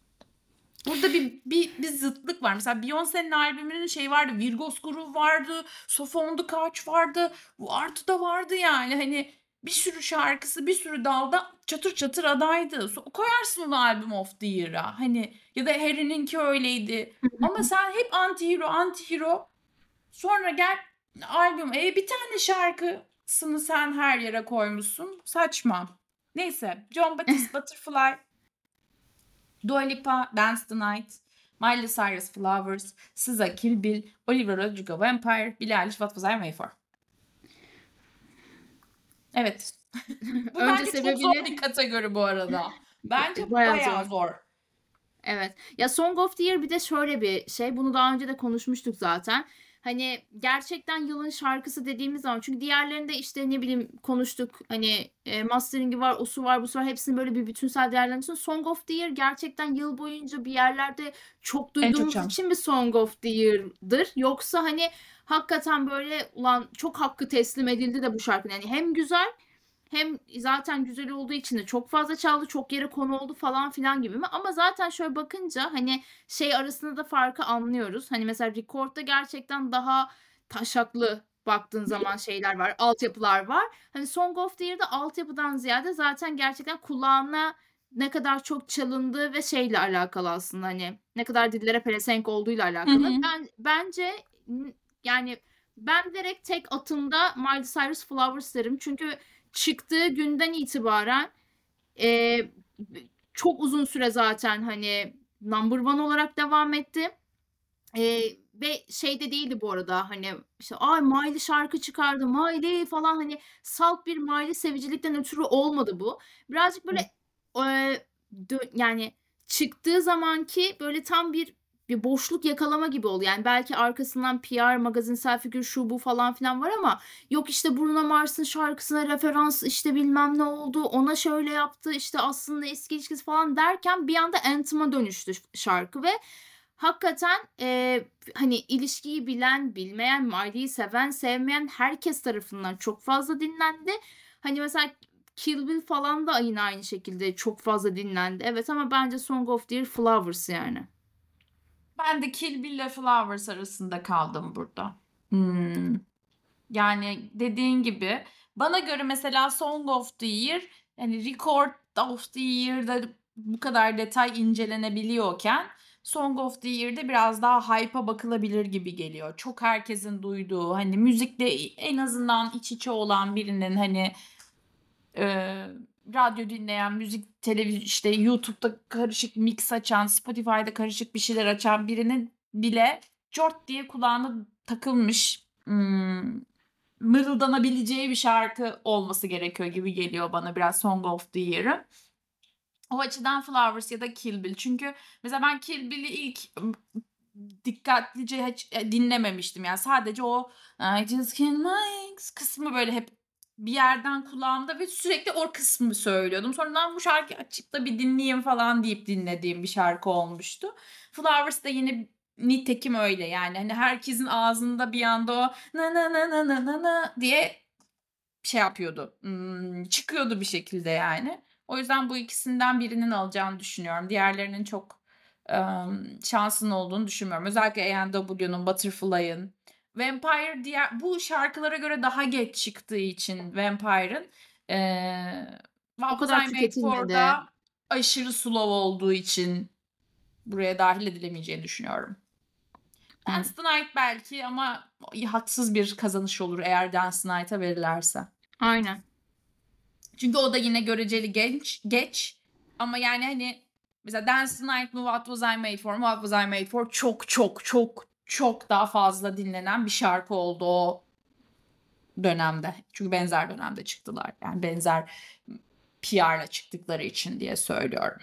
Burada bir, bir, bir zıtlık var. Mesela Beyoncé'nin albümünün şey vardı. Virgos Groove vardı. Sofa on the Couch vardı. Bu Artı da vardı yani. Hani bir sürü şarkısı bir sürü dalda çatır çatır adaydı. So- koyarsın onu Album of the Year'a. Hani ya da Harry'ninki öyleydi. Ama sen hep anti-hero anti-hero. Sonra gel albüm. E bir tane şarkısını sen her yere koymuşsun. Saçma. Neyse. John Batiste Butterfly. Dua Lipa, Dance the Night, Miley Cyrus, Flowers, S Z A, Kill Bill, Olivia Rodrigo, Vampire, Billie Eilish, What Was I Made For? Evet. Bu Önce bence çok zor bir sebebini kategori bu arada. Bence bayağı bayağı zor. zor. Evet. Ya Song of the Year bir de şöyle bir şey. Bunu daha önce de konuşmuştuk zaten. Hani gerçekten yılın şarkısı dediğimiz zaman çünkü diğerlerinde işte ne bileyim konuştuk hani e, mastering'i var, osu var, busu var hepsini böyle bir bütünsel değerlendiriyorsun. Song of the Year gerçekten yıl boyunca bir yerlerde çok En çok duyduğumuz çal. için bir Song of the Year'dır. Yoksa hani hakikaten böyle ulan çok hakkı teslim edildi de bu şarkının. Yani hem güzel hem zaten güzel olduğu için de çok fazla çaldı, çok yere konu oldu falan filan gibi mi? Ama zaten şöyle bakınca hani şey arasında da farkı anlıyoruz. Hani mesela Record'da gerçekten daha taşaklı baktığın zaman şeyler var, altyapılar var. Hani Song of the Year'da altyapıdan ziyade zaten gerçekten kulağına ne kadar çok çalındığı ve şeyle alakalı aslında hani ne kadar dillere pelesenk olduğuyla Hı alakalı. hı. Ben bence n- yani ben direkt tek atımda Miley Cyrus Flowers derim. Çünkü çıktığı günden itibaren e, çok uzun süre zaten hani number one olarak devam etti. E, ve şey de değildi bu arada hani işte ay Miley şarkı çıkardı Miley falan hani salt bir Miley sevicilikten ötürü olmadı bu. Birazcık böyle e, dö- yani çıktığı zamanki böyle tam bir bir boşluk yakalama gibi oldu. Yani belki arkasından P R, magazinsel figür şu bu falan filan var ama yok işte Bruno Mars'ın şarkısına referans işte bilmem ne oldu ona şöyle yaptı işte aslında eski ilişkisi falan derken bir anda Anthem'a dönüştü şarkı ve hakikaten e, hani ilişkiyi bilen, bilmeyen, Miley'i seven, sevmeyen herkes tarafından çok fazla dinlendi. Hani mesela Kill Bill falan da yine aynı şekilde çok fazla dinlendi. Evet ama bence Song of the Year Flowers yani. Ben de Kill Bill ile Flowers arasında kaldım burada. Hmm. Yani dediğin gibi bana göre mesela Song of the Year yani Record of the Year'da bu kadar detay incelenebiliyorken Song of the Year'de biraz daha hype'a bakılabilir gibi geliyor. Çok herkesin duyduğu hani müzikle en azından iç içe olan birinin hani e, radyo dinleyen, müzik, televizyon işte YouTube'da karışık mix açan, Spotify'da karışık bir şeyler açan birinin bile cort diye kulağına takılmış hmm, mırıldanabileceği bir şarkı olması gerekiyor gibi geliyor bana biraz Song of the Year'ı. O açıdan Flowers ya da Kill Bill. Çünkü mesela ben Kill Bill'i ilk dikkatlice hiç e, dinlememiştim. Yani sadece o I just can't my ex kısmı böyle hep bir yerden kulağımda ve sürekli o kısmı söylüyordum. Sonradan bu şarkıyı açıp da bir dinleyeyim falan deyip dinlediğim bir şarkı olmuştu. Flowers da yine nitekim öyle yani. Hani herkesin ağzında bir anda o na na na na na na na diye şey yapıyordu. Hmm, çıkıyordu bir şekilde yani. O yüzden bu ikisinden birinin alacağını düşünüyorum. Diğerlerinin çok um, şansının olduğunu düşünmüyorum. Özellikle A and W'nun, Butterfly'ın. Vampire diğer bu şarkılara göre daha geç çıktığı için Vampire'ın eee O What Was kadar I Made tüketilmedi. For'da aşırı slow olduğu için buraya dahil edilemeyeceğini düşünüyorum. Evet. Dance the Night belki ama haksız bir kazanış olur eğer Dance the Night'a verirlerse. Aynen. Çünkü o da yine göreceli genç, geç. Ama yani hani mesela Dance the Night mı What Was I Made For mu What Was I Made For çok çok çok çok daha fazla dinlenen bir şarkı oldu o dönemde. Çünkü benzer dönemde çıktılar. Yani benzer P R'la çıktıkları için diye söylüyorum.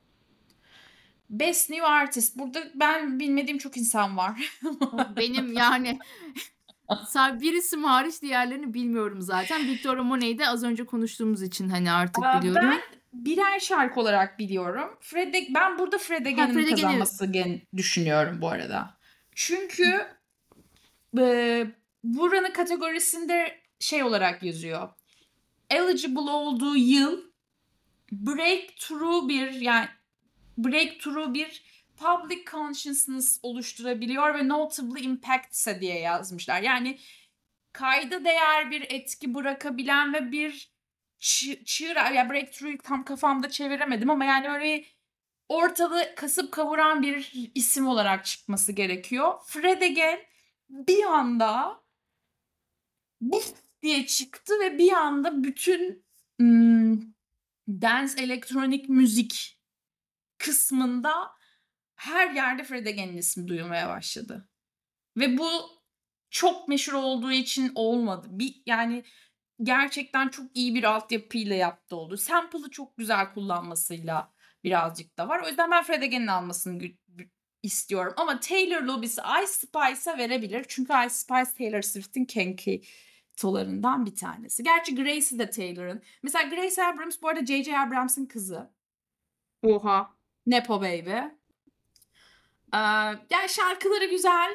Best New Artist. Burada ben bilmediğim çok insan var. Benim yani Sa- bir isim hariç diğerlerini bilmiyorum zaten. Victoria Monet'i de az önce konuştuğumuz için hani artık Aa, Ben biliyorum. birer şarkı olarak biliyorum. Fred ben burada Fred Ha Again'in Fred'e gene kazanması gen düşünüyorum bu arada. Çünkü e, buranın kategorisinde şey olarak yazıyor. Eligible olduğu yıl breakthrough bir yani breakthrough bir public consciousness oluşturabiliyor ve notably impactse diye yazmışlar. Yani kayda değer bir etki bırakabilen ve bir çı- çığır ya breakthrough'u tam kafamda çeviremedim ama yani öyle ortalığı kasıp kavuran bir isim olarak çıkması gerekiyor. Fred Again bir anda buf diye çıktı ve bir anda bütün hmm, dance elektronik müzik kısmında her yerde Fred Again'in ismi duyulmaya başladı. Ve bu çok meşhur olduğu için olmadı. Bir yani gerçekten çok iyi bir altyapıyla yaptı oldu. Sample'ı çok güzel kullanmasıyla birazcık da var. O yüzden ben Fred Again'in almasını gü- gü- istiyorum. Ama Taylor lobisi Ice Spice'a verebilir. Çünkü Ice Spice Taylor Swift'in kenkitolarından bir tanesi. Gerçi Gracie de Taylor'ın. Mesela Grace Abrams bu arada J J Abrams'ın kızı. oha. Nepo Baby. Ee, yani şarkıları güzel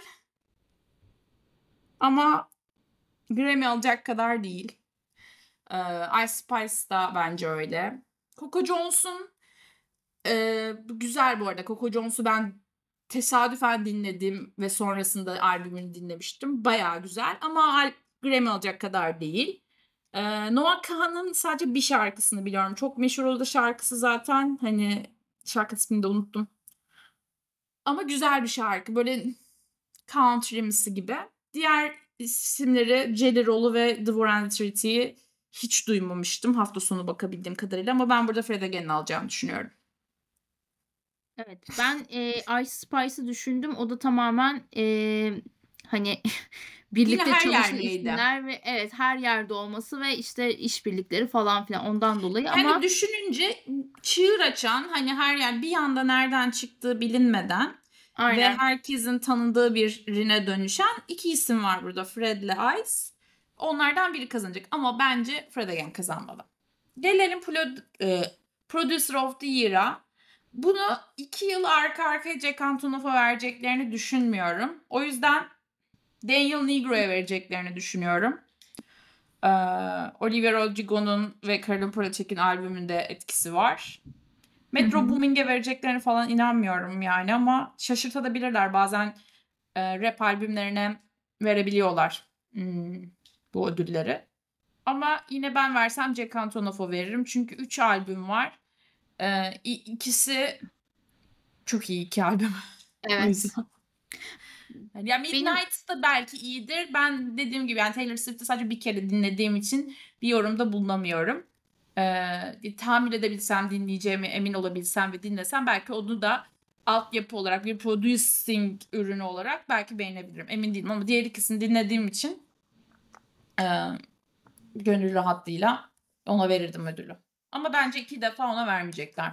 ama Grammy alacak kadar değil. Ee, Ice Spice da bence öyle. Coco Jones'un e, güzel bu arada. Coco Jones'u ben tesadüfen dinledim ve sonrasında albümünü dinlemiştim. Bayağı güzel ama al- Grammy alacak kadar değil. Ee, Noah Kahan'ın sadece bir şarkısını biliyorum. Çok meşhur oldu şarkısı zaten. Hani şarkı ismini de unuttum. Ama güzel bir şarkı. Böyle country'msi gibi. Diğer isimleri Jelly Roll'u ve The War and the Treaty'yi hiç duymamıştım hafta sonu bakabildiğim kadarıyla ama ben burada Fred Again'in alacağını düşünüyorum. Evet ben e, Ice Spice'ı düşündüm. O da tamamen e, hani Yine birlikte her çalışan yerdeydi. isimler ve evet her yerde olması ve işte işbirlikleri falan filan ondan dolayı Yani ama düşününce çığır açan hani her yer bir anda nereden çıktığı bilinmeden ve aynen. herkesin tanıdığı birine dönüşen iki isim var burada Fred'le Ice. Onlardan biri kazanacak ama bence Fred Again kazanmalı. Gelelim Pro- e, Producer of the Year'a. Bunu iki yıl arka arkaya Jack Antonoff'a vereceklerini düşünmüyorum. O yüzden Daniel Negro'ya vereceklerini düşünüyorum. Ee, Olivia Rodrigo'nun ve Carolina Polachek'in albümünde etkisi var. Metro Booming'e vereceklerini falan inanmıyorum yani, ama şaşırtabilirler. Bazen e, rap albümlerine verebiliyorlar hmm, bu ödülleri. Ama yine ben versem Jack Antonoff'a veririm. Çünkü üç albüm var. Ee, ikisi çok iyi iki albüm. O Evet. yüzden. Ya Benim Midnight da belki iyidir. Ben dediğim gibi yani Taylor Swift'i sadece bir kere dinlediğim için bir yorumda bulunamıyorum. Ee, tahmin edebilsem, dinleyeceğime emin olabilsem ve dinlesem belki onu da altyapı olarak, bir producing ürünü olarak belki beğenebilirim. Emin değilim ama diğer ikisini dinlediğim için e, gönül rahatlığıyla ona verirdim ödülü. Ama bence iki defa ona vermeyecekler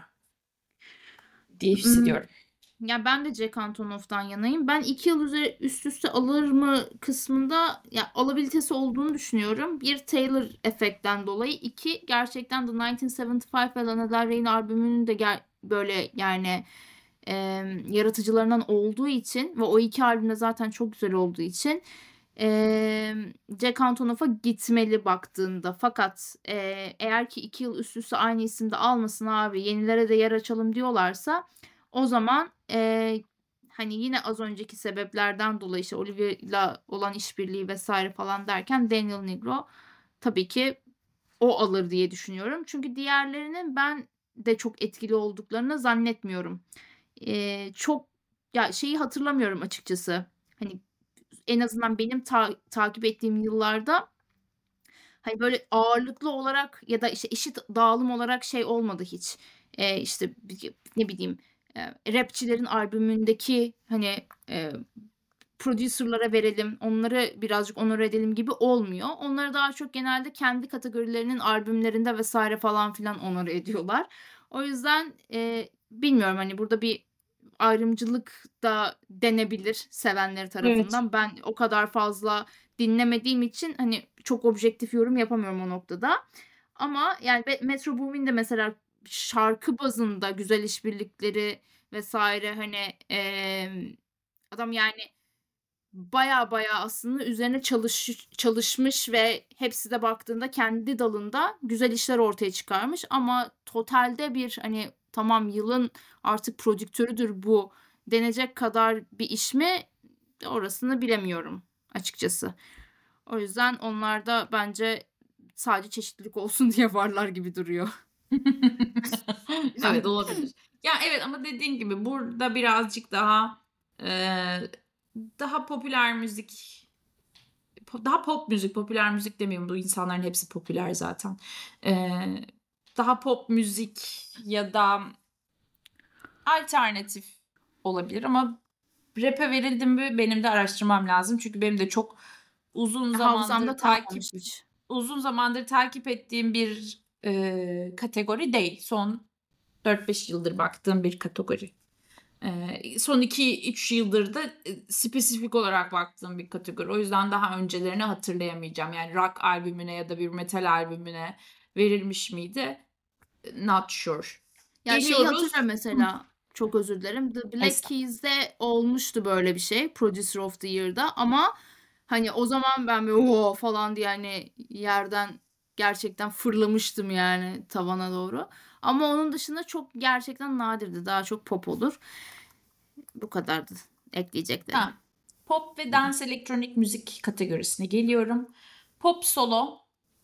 diye Hmm, hissediyorum. ya ben de Jack Antonoff'tan yanayım. Ben iki yıl üzeri üst üste alır mı kısmında ya alabilitesi olduğunu düşünüyorum. Bir, Taylor efektten dolayı. İki, gerçekten The bin dokuz yüz yetmiş beş ve Lana Del Rey'in albümünün de ger- böyle yani e, yaratıcılarından olduğu için ve o iki albümde zaten çok güzel olduğu için e, Jack Antonoff'a gitmeli baktığında. Fakat e, eğer ki iki yıl üst üste aynı isimde almasın abi, yenilere de yer açalım diyorlarsa, o zaman e, hani yine az önceki sebeplerden dolayı işte Olivia'yla olan işbirliği vesaire falan derken Daniel Negro tabii ki o alır diye düşünüyorum. Çünkü diğerlerinin ben de çok etkili olduklarını zannetmiyorum. Ee, çok ya şeyi hatırlamıyorum açıkçası. Hani en azından benim ta- takip ettiğim yıllarda hani böyle ağırlıklı olarak ya da işte eşit dağılım olarak şey olmadı hiç. Ee, işte bi- ne bileyim e, rapçilerin albümündeki hani e, producer'lara verelim, onları birazcık onur edelim gibi olmuyor. Onları daha çok genelde kendi kategorilerinin albümlerinde vesaire falan filan onur ediyorlar. O yüzden e, bilmiyorum, hani burada bir ayrımcılık da denebilir sevenleri Evet. tarafından. Ben o kadar fazla dinlemediğim için hani çok objektif yorum yapamıyorum o noktada. Ama yani Be- Metro Boomin de mesela şarkı bazında güzel işbirlikleri vesaire, hani em, adam yani baya baya aslında üzerine çalış, çalışmış ve hepsi de baktığında kendi dalında güzel işler ortaya çıkarmış. Ama totalde bir hani tamam yılın artık prodüktörüdür bu denecek kadar bir iş mi, orasını bilemiyorum açıkçası. O yüzden onlar da bence sadece çeşitlilik olsun diye varlar gibi duruyor. Evet, olabilir. Ya evet, ama dediğin gibi burada birazcık daha e, daha popüler müzik, po- daha pop müzik, popüler müzik demiyorum. Bu insanların hepsi popüler zaten. E, daha pop müzik ya da alternatif olabilir, ama rap'e verildi mi benim de araştırmam lazım. Çünkü benim de çok uzun Hafızamda zamandır takip kalmamış hiç. uzun zamandır takip ettiğim bir e, kategori değil. Son dört beş yıldır baktığım bir kategori. Ee, son iki üç yıldır da e, spesifik olarak baktığım bir kategori. O yüzden daha öncelerini hatırlayamayacağım. Yani rock albümüne ya da bir metal albümüne verilmiş miydi? Not sure. Ya şeyi Geliyoruz. hatırlıyorum mesela, çok özür dilerim. The Black Estağfurullah. Keys'de olmuştu böyle bir şey. Producer of the Year'da, ama hani o zaman ben böyle o falan diye hani yerden gerçekten fırlamıştım yani tavana doğru. Ama onun dışında çok gerçekten nadirdi. Daha çok pop olur. Bu kadardı ekleyeceklerim. Ha, pop ve dans elektronik müzik kategorisine geliyorum. Pop solo.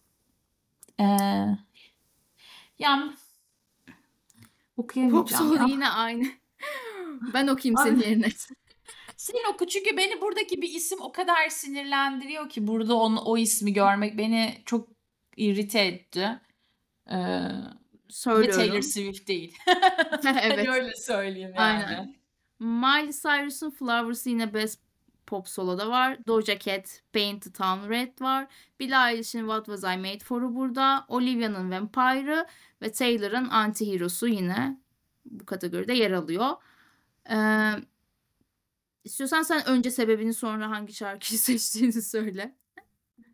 Ee, ya Pop okuyamayacağım solo ya. yine aynı. Ben okuyayım Abi, senin yerine. sen oku, çünkü beni buradaki bir isim o kadar sinirlendiriyor ki burada onu, o ismi görmek beni çok irite etti. Ee, ve Taylor Söylüyorum. Swift değil. Hani Evet. öyle söyleyeyim Aynen. yani. Miley Cyrus'un Flowers'ı yine Best Pop Solo'da var. Doja Cat, Paint the Town Red var. Billie Eilish'in What Was I Made For'u burada. Olivia'nın Vampire'ı ve Taylor'ın Antihero'su yine bu kategoride yer alıyor. Ee, istiyorsan sen önce sebebini, sonra hangi şarkıyı seçtiğini söyle.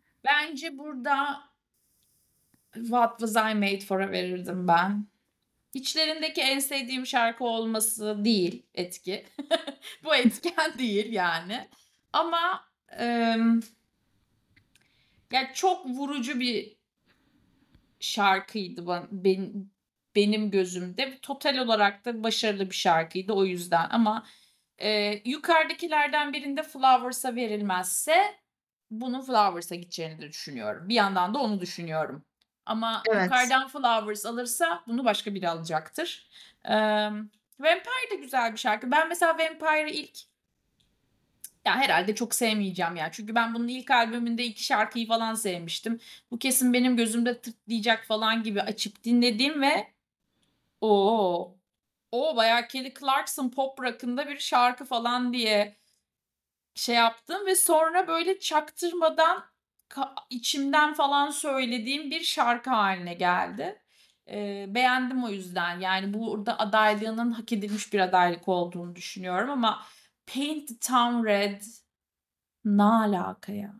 Bence burada What Was I Made For'a verirdim ben. İçlerindeki en sevdiğim şarkı olması değil etki. Bu etken değil yani. Ama emm ya çok vurucu bir şarkıydı ban benim benim gözümde. Total olarak da başarılı bir şarkıydı o yüzden ama, eee, yukarıdakilerden birinde Flowers'a verilmezse bunun Flowers'a gideceğini de düşünüyorum. Bir yandan da onu düşünüyorum. Ama Evet. yukarıdan Flowers alırsa bunu başka biri alacaktır. Emm, Vampire de güzel bir şarkı. Ben mesela Vampire'ı ilk ya herhâlde çok sevmeyeceğim ya. Çünkü ben bunun ilk albümünde iki şarkıyı falan sevmiştim. Bu kesin benim gözümde tırtlayacak falan gibi açıp dinledim ve o! O bayağı Kelly Clarkson pop rock'ında bir şarkı falan diye şey yaptım ve sonra böyle çaktırmadan ka içimden falan söylediğim bir şarkı hâline geldi. Eee, beğendim o yüzden. Yani burada adaylığının hak edilmiş bir adaylık olduğunu düşünüyorum ama Paint the Town Red ne alaka ya?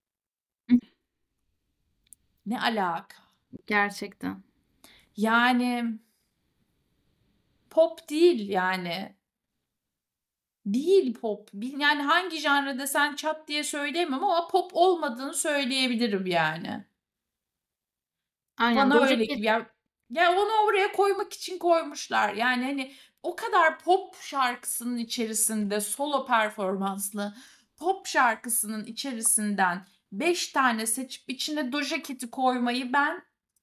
Ne alaka? Gerçekten. Yani pop değil yani. Değil pop. Bil yani hangi janra desen çat diye söyleyemem ama pop olmadığını söyleyebilirim yani. Aynen. Bana Doja öyle Cat gibi ya ya onu oraya koymak için koymuşlar. Yani, hani, o kadar pop şarkısının içerisinde solo performanslı pop şarkısının içerisinden beş tane seçip içine Doja Cat'i koymayı ben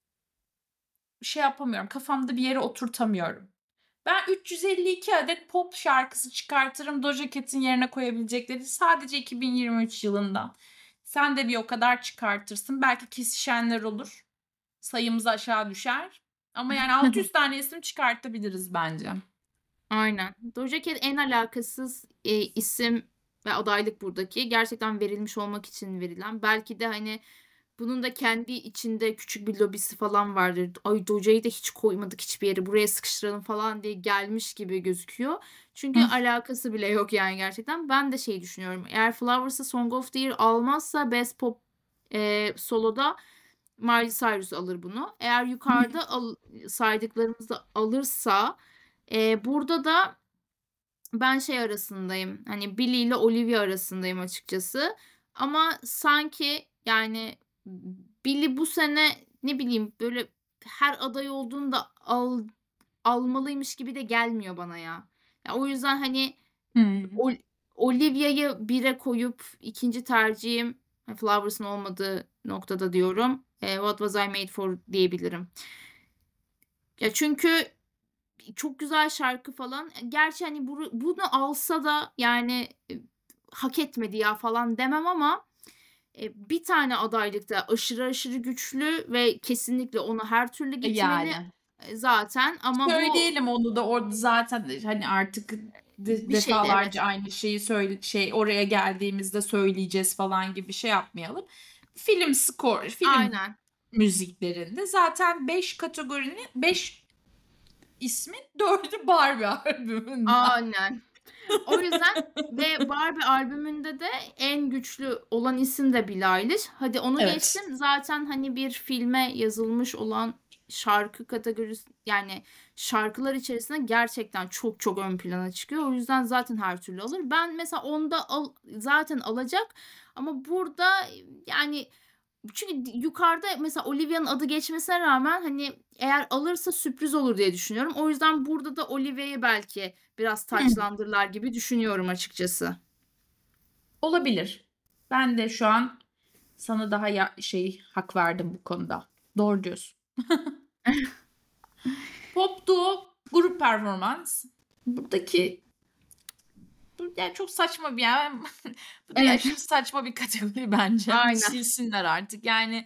şey yapamıyorum, kafamda bir yere oturtamıyorum. Ben üç yüz elli iki adet pop şarkısı çıkartırım Doja Cat'in yerine koyabilecekleri sadece iki bin yirmi üç yılından. Sen de bir o kadar çıkartırsın. Belki kesişenler olur. Sayımız aşağı düşer. Ama yani altı yüz tane isim çıkartabiliriz bence. Aynen. Doja Cat en alakasız, eee, isim ve adaylık buradaki. Gerçekten verilmiş olmak için verilen. Belki de, hani, bunun da kendi içinde küçük bir lobisi falan vardır. "Ay, Doja'yı da hiç koymadık hiçbir yere, buraya sıkıştıralım." falan diye gelmiş gibi gözüküyor. Çünkü Hıh. alakası bile yok yani gerçekten. Ben de şeyi düşünüyorum, eğer Flowers'ı Song of the Year almazsa Best Pop, eee, Solo'da Miley Cyrus alır bunu. Eğer yukarıda al saydıklarımızı alırsa, eee, burada da ben şey arasındayım, hani, Billie ile Olivia arasındayım açıkçası. Ama sanki, yani, Billie bu sene, ne bileyim, böyle her aday olduğunda al almalıymış gibi de gelmiyor bana ya. Ya, o yüzden, hani, Hımm. Ol Olivia'yı bire koyup ikinci tercihim, hani, Flowers'ın olmadığı noktada diyorum, eee, What Was I Made For diyebilirim. Ya, çünkü çok güzel şarkı falan. E, gerçi, hani, buru bunu alsa da, yani, eee, hak etmedi ya falan demem ama, eee, bir tane adaylıkta aşırı aşırı güçlü ve kesinlikle onu her türlü E, gitmeli, yani. eee, zaten ama bu Söyleyelim onu da orada zaten, hani, artık de bir şeydi, evet. defalarca aynı şeyi söyle şey, oraya geldiğimizde söyleyeceğiz falan gibi şey yapmayalım. Film score, film Aynen. müziklerinde zaten beş kategorinin beş ismin dördü Barbie albümünden. Aynen. O yüzden ve Barbie albümünde de en güçlü olan isim de Billie Eilish. Hadi onu Evet. geçtim. Zaten, hani, bir filme yazılmış olan şarkı kategorisi, yani, şarkılar içerisinde gerçekten çok çok ön plana çıkıyor. O yüzden zaten her türlü alır. Ben mesela onda al zaten alacak ama burada, yani, çünkü yukarıda mesela Olivia'nın adı geçmesine rağmen, hani, eğer alırsa sürpriz olur diye düşünüyorum. O yüzden burada da Olivia'yı belki biraz Hımm. taçlandırırlar gibi düşünüyorum açıkçası. Olabilir. Ben de şu an sana daha ya şey, hak verdim bu konuda. Doğru diyorsun. Pop duo, grup performans. Buradaki bu yani çok saçma bir yer. Bu da Evet, aşırı saçma bir kategori bence. Bunu aynen. silsinler artık. Yani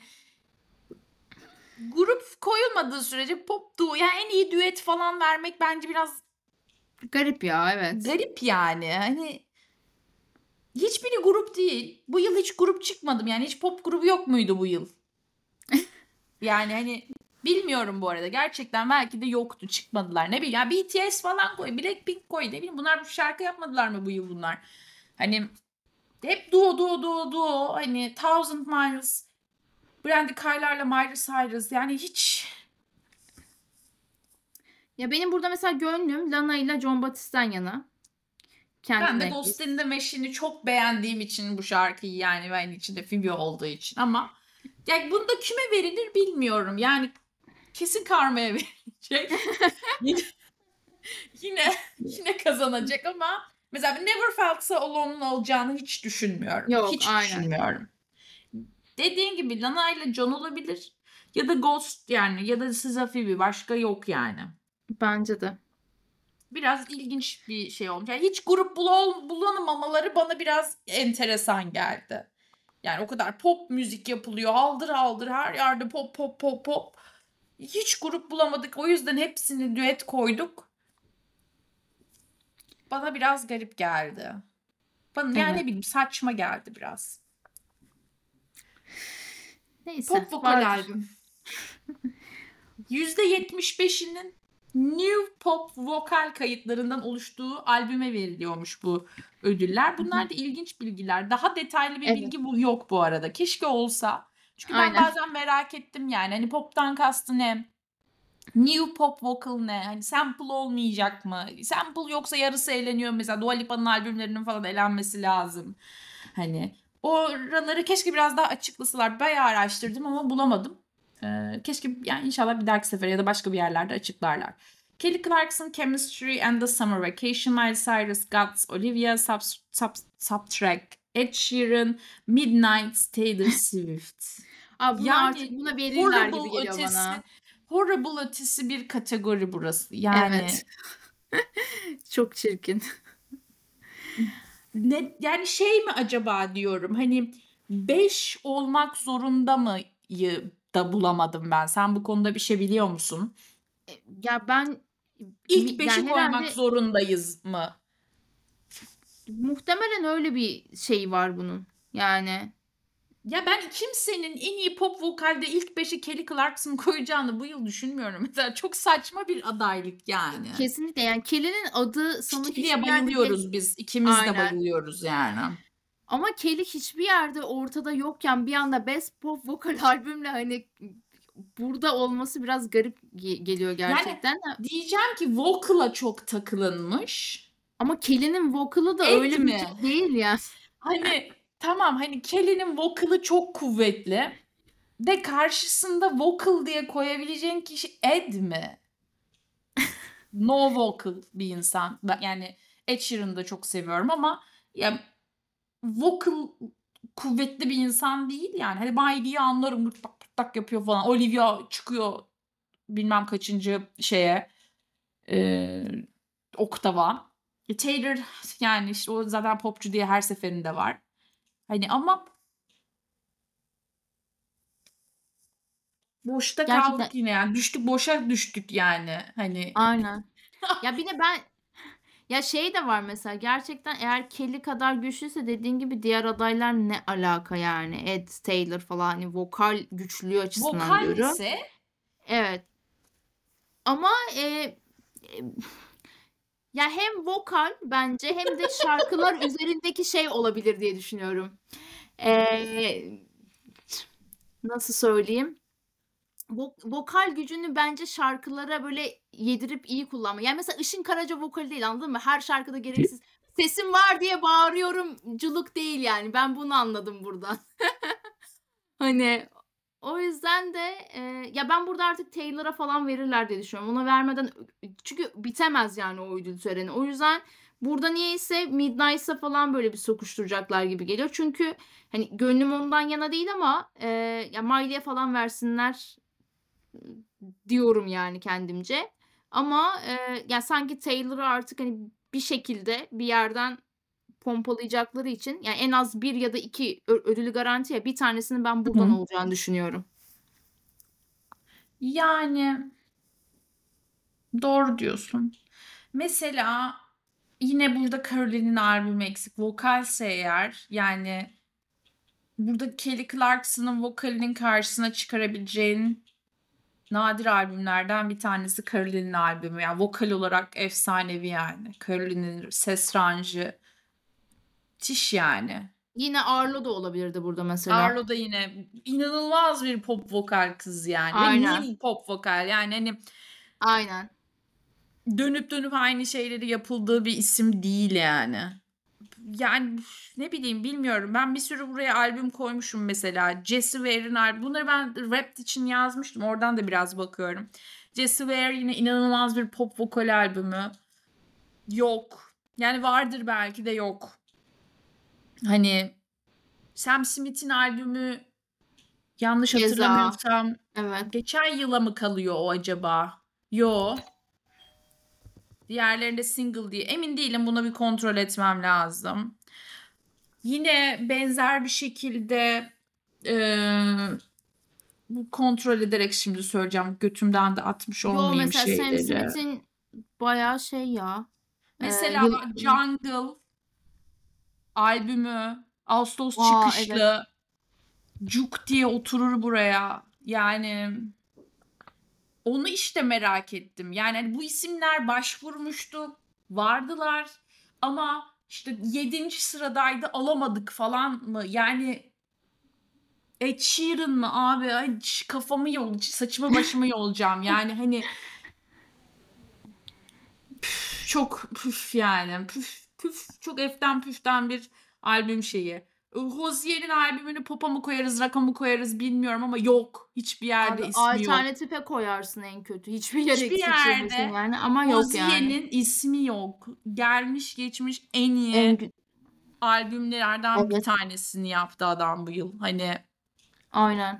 grup koyulmadığı sürece pop duo yani en iyi düet falan vermek bence biraz Garip ya, evet. garip yani. Hani hiçbiri grup değil. Bu yıl hiç grup çıkmadım. Yani hiç pop grubu yok muydu bu yıl? Yani, hani, bilmiyorum bu arada. Gerçekten belki de yoktu, çıkmadılar. Ne bileyim, ya B T S falan koy, Blackpink koy. Ne bileyim, bunlar bir şarkı yapmadılar mı bu yıl bunlar? Hani, hep duo, duo, duo, duo. Hani, Thousand Miles, Brandy Carlisle'la Miley Cyrus. Yani hiç Ya benim burada mesela gönlüm Lana ile Jon Batist'ten yana. Can't Ben de Make Ghost This. in the Machine'i çok beğendiğim için bu şarkıyı, yani ben içinde Phoebe olduğu için, ama yani bunda kime verilir bilmiyorum. Yani kesin Karma'ya verilecek. Yine yine yine kazanacak ama mesela Never Felt So Alone'un olacağını hiç düşünmüyorum. Yok, Hiç aynen. düşünmüyorum. Dediğin gibi Lana ile John olabilir ya da Ghost, yani ya da SZA Phoebe, başka yok yani. Bence de. Biraz ilginç bir şey olmuş. Yani hiç grup bul bulunmamaları bana biraz enteresan geldi. Yani o kadar pop müzik yapılıyor. Aldır aldır her yerde pop pop pop pop. Hiç grup bulamadık. O yüzden hepsini düet koyduk. Bana biraz garip geldi. Bana yani Evet. ne bileyim saçma geldi biraz. Neyse. Pop vokal Vardır. albüm. yüzde yetmiş beşinin New Pop vokal kayıtlarından oluştuğu albüme veriliyormuş bu ödüller. Bunlar da ilginç bilgiler. Daha detaylı bir Evet. bilgi bu yok bu arada. Keşke olsa. Çünkü ben Aynen. bazen merak ettim yani. Hani pop'tan kastı ne? New pop vocal ne? Hani sample olmayacak mı? Sample yoksa yarısı eğleniyor mesela. Dua Lipa'nın albümlerinin falan elenmesi lazım. Hani oraları keşke biraz daha açıklasalar. Bayağı araştırdım ama bulamadım. Ee, keşke yani inşallah bir dahaki sefer ya da başka bir yerlerde açıklarlar. Kelly Clarkson, Chemistry and the Summer Vacation, Miley Cyrus, Guts, Olivia, Sub, Sub, Subtract, Ed Sheeran, Midnight, Taylor Swift. Aa, bunu artık Yani buna verirler gibi horrible geliyor ötesi, bana. horrible ötesi bir kategori burası. Yani Evet. Çok çirkin. ne yani şey mi acaba diyorum. Hani beş olmak zorunda mıyı da bulamadım ben. Sen bu konuda bir şey biliyor musun? Ya ben İlk mi- beşi yani koymak herhalde zorundayız mı? muhtemelen öyle bir şey var bunun. Yani Ya ben kimsenin en iyi pop vokalde ilk beşi Kelly Clarkson koyacağını bu yıl düşünmüyorum. Mesela çok saçma bir adaylık yani. kesinlikle yani Kelly'nin adı sana Çiçekliğe hiçbir yerde ge- bayılıyoruz biz. İkimiz de aynen. bayılıyoruz yani. Ama Kelly hiçbir yerde ortada yokken bir anda Best Pop Vokal albümle hani burada olması biraz garip ge- geliyor Yani gerçekten. diyeceğim ki vocal'a çok takılınmış. Ama Kelly'nin vokalı da Ed öyle bir mi? şey değil ya. Hani tamam, hani Kelly'nin vocal'ı çok kuvvetli. De karşısında vocal diye koyabileceğin kişi Ed mi? No vocal bir insan. Ben, yani Ed Sheeran'ı da çok seviyorum ama ya vocal kuvvetli bir insan değil yani. Hani Miley'i anlarım, gırtlak gırtlak yapıyor falan. Olivia çıkıyor bilmem kaçıncı şeye, e, oktava. E, Taylor yani işte o zaten popçu diye her seferinde var. Hani ama boşta Gerçekten kaldık yine yani. Düştük, boşa düştük yani. Hani aynen. Ya bir de ben ya şey de var mesela gerçekten eğer Kelly kadar güçlüyse dediğin gibi diğer adaylar ne alaka yani Ed Taylor falan hani vokal güçlüğü açısından vokal diyorum. ise Evet ama e, e, ya hem vokal bence hem de şarkılar üzerindeki şey olabilir diye düşünüyorum. E, nasıl söyleyeyim? Vo- vokal gücünü bence şarkılara böyle yedirip iyi kullanma. Yani mesela Işın Karaca vokali değil anladın mı? Her şarkıda gereksiz sesim var diye bağırıyorum culuk değil yani. Ben bunu anladım buradan. Hani o yüzden de e, ya ben burada artık Taylor'a falan verirler diye düşünüyorum. Ona vermeden çünkü bitemez yani o ödül töreni. O yüzden burada niyeyse Midnight'a falan böyle bir sokuşturacaklar gibi geliyor. Çünkü hani gönlüm ondan yana değil ama e, ya Miley'e falan versinler diyorum yani kendimce. Ama e, ya sanki Taylor'ı artık hani bir şekilde bir yerden pompalayacakları için yani en az bir ya da iki ö- ödülü garanti ya bir tanesinin ben Hı buradan hı. olacağını düşünüyorum. Yani doğru diyorsun. Mesela yine burada Caroline'in albümü eksik. Vokalse eğer yani burada Kelly Clarkson'ın vokalinin karşısına çıkarabileceğin nadir albümlerden bir tanesi Caroline'in albümü. Yani vokal olarak efsanevi yani. Caroline'in ses ranjı müthiş yani. Yine Arlo da olabilirdi burada mesela. Arlo da yine inanılmaz bir pop vokal kız yani ve Aynen. new pop vokal yani hani Aynen. dönüp dönüp aynı şeyleri yapıldığı bir isim değil yani. Yani ne bileyim bilmiyorum. Ben bir sürü buraya albüm koymuşum mesela. Jessie Ware'in albüm. Bunları ben rap için yazmıştım. Oradan da biraz bakıyorum. Jessie Ware yine inanılmaz bir pop vokal albümü. Yok. Yani vardır belki de yok. Hani Sam Smith'in albümü yanlış Keza. hatırlamıyorsam Evet. geçen yıla mı kalıyor o acaba? Yo. Diğerlerinde single diye. Emin değilim. Buna bir kontrol etmem lazım. Yine benzer bir şekilde eee, bu kontrol ederek şimdi söyleyeceğim. Götümden de atmış Yo olmayayım mesela Sam şeyleri. Smith'in bayağı şey ya. Ee, Mesela yıl... Jungle albümü Ağustos Aa, çıkışlı cuk diye oturur buraya. Yani onu işte merak ettim. Yani hani bu isimler başvurmuştu, vardılar ama işte yedinci sıradaydı alamadık falan mı? Yani Ed Sheeran mı abi? Ay, ş- kafamı yol, saçımı başımı yolacağım. Yani hani püf, çok püf yani püf püf çok eften püften bir albüm şeyi. Hozier'in albümünü pop'a mı koyarız, rock'a mı koyarız bilmiyorum ama yok. Hiçbir yerde Abi ismi yok. alternatife koyarsın en kötü. Hiçbir yere Hiçbir seçebilirsin yerde yani ama yok yani. Hozier'in ismi yok. Gelmiş geçmiş en iyi En gü- albümlerden bir evet, tanesini yaptı adam bu yıl. Hani aynen.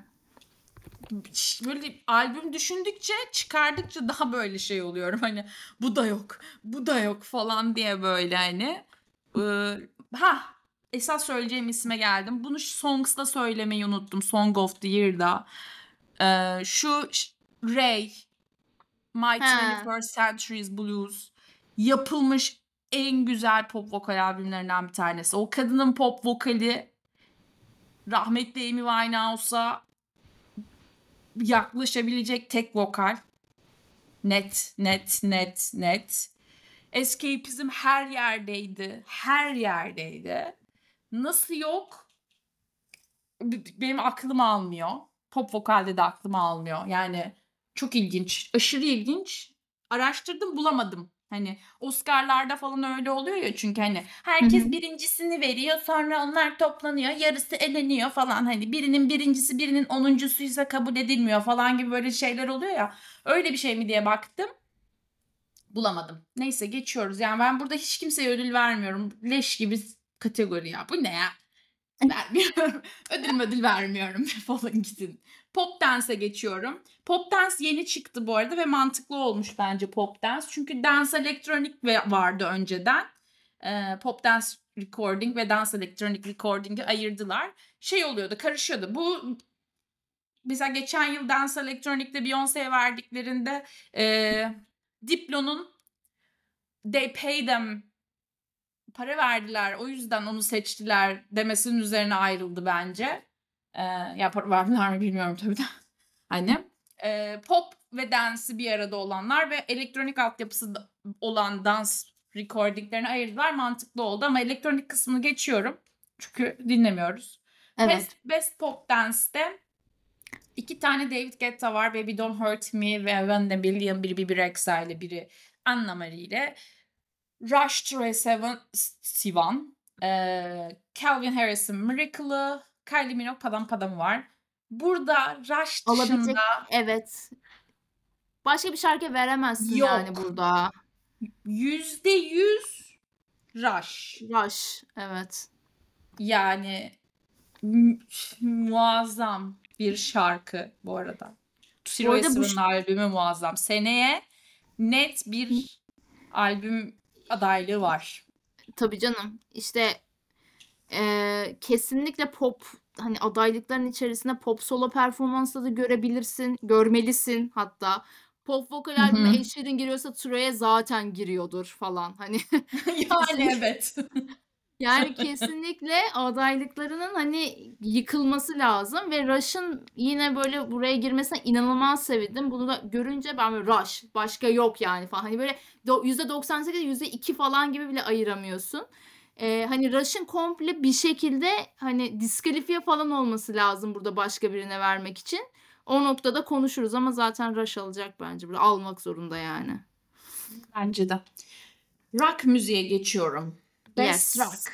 ş- böyle albüm düşündükçe çıkardıkça daha böyle şey oluyorum. Hani bu da yok, bu da yok falan diye böyle hani. Ee, ha esas söyleyeceğim isme geldim. Bunu Songs'da söylemeyi unuttum. Song of the Year'da. Ee, şu ş- Ray, My He. twenty-first Century's Blues yapılmış en güzel pop vokal albümlerinden bir tanesi. O kadının pop vokali rahmetli Amy Winehouse'a yaklaşabilecek tek vokal. Net, net, net, net. Escapism her yerdeydi. Her yerdeydi. Nasıl yok? B- Benim aklım almıyor. Pop vokalde de aklım almıyor. Yani çok ilginç. Aşırı ilginç. Araştırdım bulamadım. Hani Oscar'larda falan öyle oluyor ya çünkü hani Hı herkes hı. birincisini veriyor sonra onlar toplanıyor yarısı eleniyor falan hani birinin birincisi birinin onuncusuysa kabul edilmiyor falan gibi böyle şeyler oluyor ya öyle bir şey mi diye baktım bulamadım. Neyse geçiyoruz yani ben burada hiç kimseye ödül vermiyorum leş gibi kategori ya bu ne ya vermiyorum ödül ödül vermiyorum defolun gidin. Pop Dance'e geçiyorum. Pop Dance yeni çıktı bu arada ve mantıklı olmuş bence Pop Dance. Çünkü Dance Electronic ve- vardı önceden. Ee, Pop Dance Recording ve Dance Electronic Recording'i ayırdılar. Şey oluyordu, karışıyordu. Bu mesela geçen yıl Dance Electronic'te Beyoncé'ye verdiklerinde e, Diplo'nun They Pay Them para verdiler o yüzden onu seçtiler demesinin üzerine ayrıldı bence. Ee, ya para verdiler mi bilmiyorum tabii de. Hani e, pop ve dance'ı bir arada olanlar ve elektronik altyapısı da- olan dans recordinglerini ayırdılar. Mantıklı oldu ama elektronik kısmını geçiyorum. Çünkü dinlemiyoruz. Evet. Best, Best Pop Dance'te iki tane David Guetta var. Baby Don't Hurt Me ve When the Billion. Biri Bibi Rexha ile biri Anna Marie ile. Rush Troye Sivan, Sivan eee, Calvin Harris'in Miracle'ı, Kylie Minogue Padam Padam'ı var. Burada Rush Alabilecek dışında evet. Başka bir şarkı veremezsin yani yok. burada. Yüzde yüz Rush. Rush. Evet. Yani mu- muazzam bir şarkı bu arada. Bu Troye arada bu Sivan'ın ş- albümü muazzam. Seneye net bir albüm adaylığı var. tabii canım. İşte eee, kesinlikle pop hani adaylıkların içerisinde pop solo performansla da görebilirsin. Görmelisin hatta. Pop vokal Hı albümü hı. Ed Sheeran giriyorsa Troye zaten giriyordur falan. Hani Yani kesinlikle. evet. Yani kesinlikle adaylıklarının hani yıkılması lazım ve Rush'ın yine böyle buraya girmesine inanılmaz sevindim. Bunu da görünce ben böyle Rush başka yok yani falan. Hani böyle do- yüzde doksan sekiz yüzde iki falan gibi bile ayıramıyorsun. Ee, hani Rush'ın komple bir şekilde hani diskalifiye falan olması lazım burada başka birine vermek için. O noktada konuşuruz ama zaten Rush alacak bence. Burada almak zorunda yani. Bence de. Rock müziğe geçiyorum. Best Yes. rock.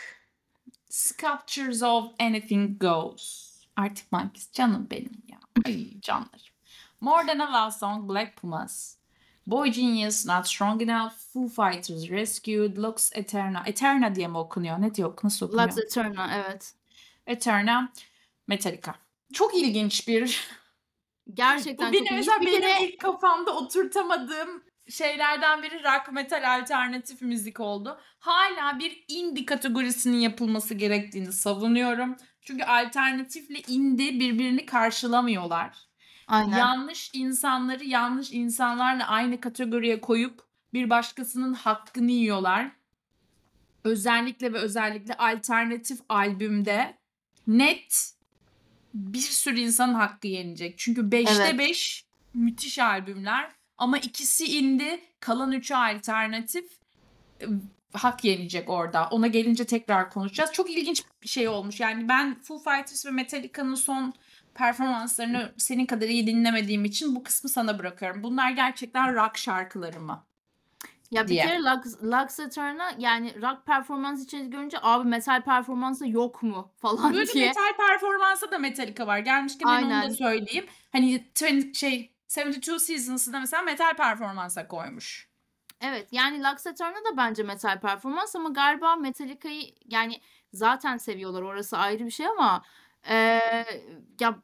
Sculptures of Anything Goes. Arctic Monkeys. Canım benim ya. Ay canlarım. More Than a Love Song. Black Pumas. Boy Genius. Not Strong Enough. Foo Fighters. Rescued. Lux Eterna. Eterna diye mi okunuyor? Ne diyor? Nasıl okunuyor? Lux Eterna, evet. Eterna. Metallica. Çok ilginç bir... Gerçekten Bu çok benim ilginç. mesela Bir benim kere ilk kafamda oturtamadığım şeylerden biri rock metal alternatif müzik oldu. Hala bir indie kategorisinin yapılması gerektiğini savunuyorum. Çünkü alternatifle indie birbirini karşılamıyorlar. aynen. Yanlış insanları yanlış insanlarla aynı kategoriye koyup bir başkasının hakkını yiyorlar. Özellikle ve özellikle alternatif albümde net bir sürü insanın hakkı yenecek. Çünkü beşte Evet. beş müthiş albümler ama ikisi indie, kalan üçü alternatif. E, Hak yenecek orada. Ona gelince tekrar konuşacağız. Çok ilginç bir şey olmuş. Yani ben Foo Fighters ve Metallica'nın son performanslarını senin kadar iyi dinlemediğim için bu kısmı sana bırakıyorum. Bunlar gerçekten rock şarkıları mı? Ya bir Diye. kere Lux, Lux Eterna yani rock performans için görünce abi metal performansı yok mu falan Böyle diye. metal performansa da Metallica var. Gelmişken ben onu da Aynen. söyleyeyim. Hani yirmi şey yetmiş iki Seasons'ı da mesela metal performansa koymuş. Evet yani Lux Eterna da bence metal performans ama galiba Metallica'yı yani zaten seviyorlar, orası ayrı bir şey ama eee, ya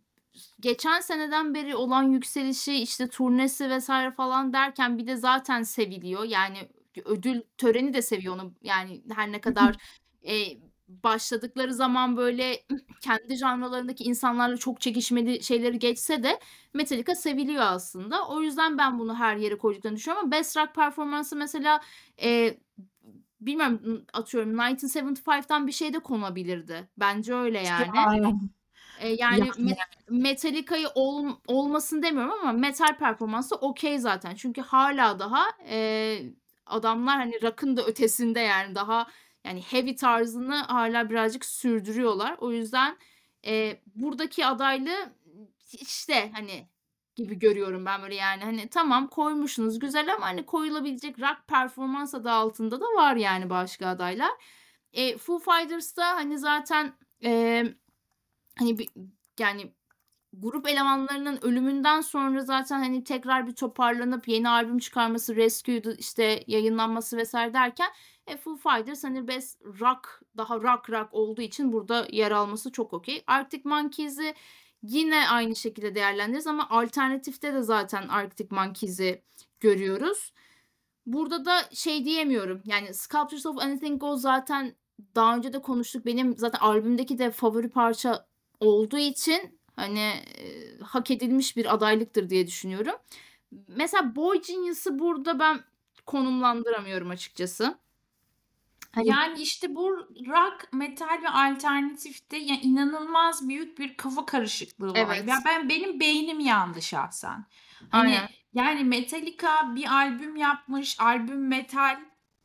geçen seneden beri olan yükselişi işte turnesi vesaire falan derken bir de zaten seviliyor. Yani ödül töreni de seviyor onu. Yani her ne kadar eee, başladıkları zaman böyle kendi janralarındaki insanlarla çok çekişmeli şeyleri geçse de Metallica seviliyor aslında. O yüzden ben bunu her yere koyduklarını düşünüyorum ama Best Rock performansı mesela eee, bilmiyorum n- atıyorum bin dokuz yüz yetmiş beşten bir şey de konabilirdi. Bence öyle yani. Yani. Eee, yani Met Metallica'yı ol olmasın demiyorum ama metal performansı okay zaten. Çünkü hâlâ daha eee, adamlar hani rock'ın da ötesinde yani daha yani heavy tarzını hâlâ birazcık sürdürüyorlar. O yüzden eee, buradaki adaylığı işte hani gibi görüyorum ben böyle yani hani tamam koymuşsunuz güzel ama hani koyulabilecek rock performans adı altında da var yani başka adaylar. Eee, Foo Fighters'ta hani zaten emm, hani bir yani grup elemanlarının ölümünden sonra zaten hani tekrar bir toparlanıp yeni albüm çıkarması, Rescued işte yayınlanması vesaire derken e, Foo Fighters hani best rock daha rock rock olduğu için burada yer alması çok okey. Arctic Monkeys'i yine aynı şekilde değerlendiririz ama alternatifte de zaten Arctic Monkeys'i görüyoruz. Burada da şey diyemiyorum. Yani Sculptures of Anything Goes zaten daha önce de konuştuk. Benim zaten albümdeki de favori parça olduğu için hani eee, hak edilmiş bir adaylıktır diye düşünüyorum. Mesela Boy Genius'ı burada ben konumlandıramıyorum açıkçası. Hani Yani işte bu rock, metal ve alternatifte ya inanılmaz büyük bir kafa karışıklığı var. evet. Ya ben benim beynim yandı şahsen. Aynen. Hani yani Metallica bir albüm yapmış, albüm metal,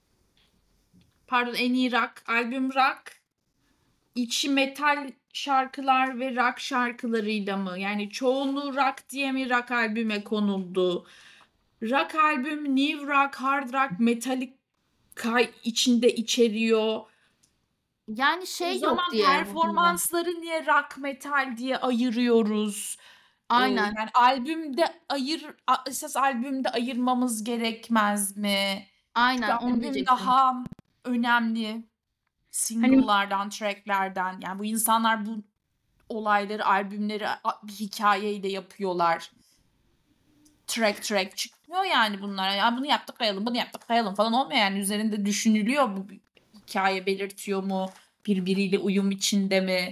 pardon en iyi rock, albüm rock, içi metal şarkılar ve rock şarkılarıyla mı? Yani çoğunluğu rock diye mi rock albüme konuldu? Rock albüm, new rock, hard rock, metalik içinde içeriyor. Yani O şey yok zaman diye muhtemelen. performansları niye rock metal diye ayırıyoruz? Ee, Aynen. yani albümde ayır a- esas albümde ayırmamız gerekmez mi? Çünkü Aynen onu albüm diyecektim. daha önemli Hani single'lardan, track'lerden. Yani bu insanlar bu olayları, albümleri a- bir hikayeyle yapıyorlar. Track track çıkmıyor yani bunlar. Ya bunu yaptık koyalım, bunu yaptık koyalım falan olmuyor yani. Üzerinde düşünülüyor bu bir hikaye belirtiyor mu? Birbiriyle uyum içinde mi?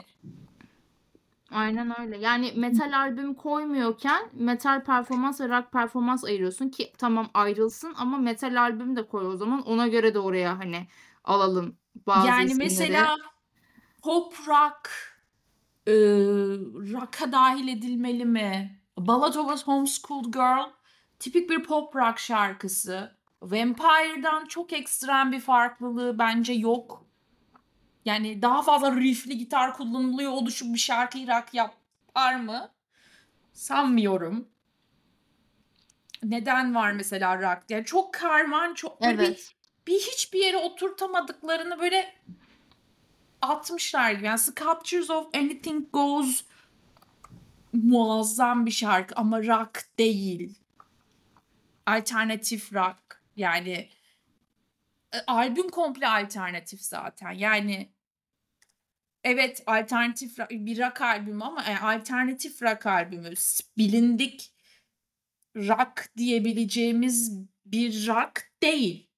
Aynen öyle. Yani metal albüm koymuyorken metal performans ve rock performans ayırıyorsun ki tamam ayrılsın ama metal albüm de koy o zaman. Ona göre de oraya hani alalım bazı Yani isimleri. mesela pop rock e, rock'a dahil edilmeli mi? Ballad of a Homeschooled Girl tipik bir pop rock şarkısı. Vampire'dan çok ekstrem bir farklılığı bence yok. Yani daha fazla riffli gitar kullanılıyor oluşu bir şarkıyı rock yapar mı? Sanmıyorum. neden var mesela rock? Yani çok karman, çok böyle bir Evet. bir hiçbir yere oturtamadıklarını böyle atmışlar gibi. Yani Sculptures of Anything Goes muazzam bir şarkı ama rock değil. Alternatif rock. Yani e, albüm komple alternatif zaten. Yani evet alternatif rock- bir rock albümü ama e, alternatif rock albümü. S- Bilindik rock diyebileceğimiz bir rock değil.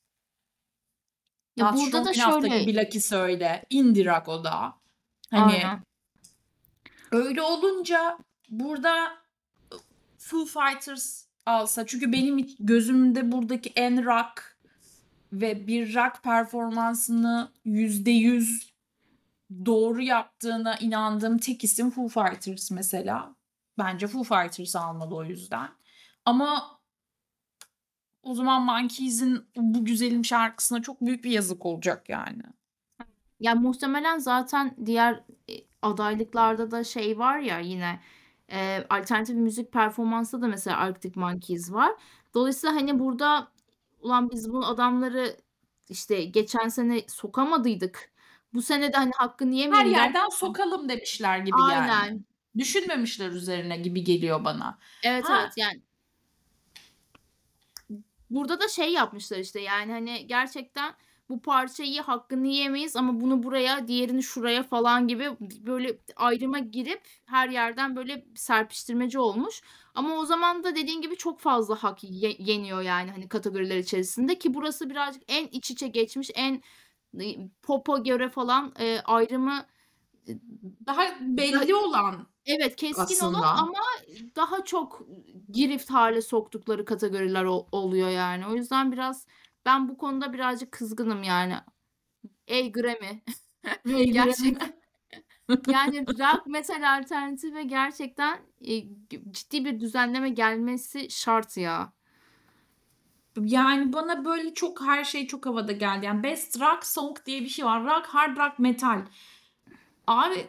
Ya burada da Astronomin haftaki şöyle bilakis öyle. Indie rock o da. Hani aynen. öyle olunca burada Foo Fighters alsa çünkü benim gözümde buradaki en rock ve bir rock performansını yüzde yüz doğru yaptığına inandığım tek isim Foo Fighters mesela. Bence Foo Fighters almalı o yüzden. Ama o zaman Monkeys'in bu güzelim şarkısına çok büyük bir yazık olacak yani. Ya muhtemelen zaten diğer e, adaylıklarda da şey var ya yine e, alternatif müzik performansı da mesela Arctic Monkeys var. Dolayısıyla hani burada ulan biz bu adamları işte geçen sene sokamadıydık. Bu sene de hani hakkını Her yemeyelim yerden gerçekten. sokalım demişler gibi yani. Aynen. Düşünmemişler üzerine gibi geliyor bana. Evet Ha evet yani burada da şey yapmışlar işte yani hani gerçekten bu parçayı hakkını yiyemeyiz ama bunu buraya, diğerini şuraya falan gibi böyle ayrıma girip her yerden böyle serpiştirmeci olmuş. Ama o zaman da dediğin gibi çok fazla hak ye- yeniyor yani hani kategoriler içerisinde ki burası birazcık en iç içe geçmiş, en e, pop'a göre falan e, ayrımı e, daha da- belli olan evet keskin olan aslında. ama daha çok girift hale soktukları kategoriler ol- oluyor yani. O yüzden biraz ben bu konuda birazcık kızgınım yani. Ey Grammy. Reygrim. Gerçekten. Yani rock metal alternatife gerçekten e, ciddi bir düzenleme gelmesi şart ya. Yani bana böyle çok her şey çok havada geldi. Yani Best Rock Song diye bir şey var. Rock, hard rock, metal. Abi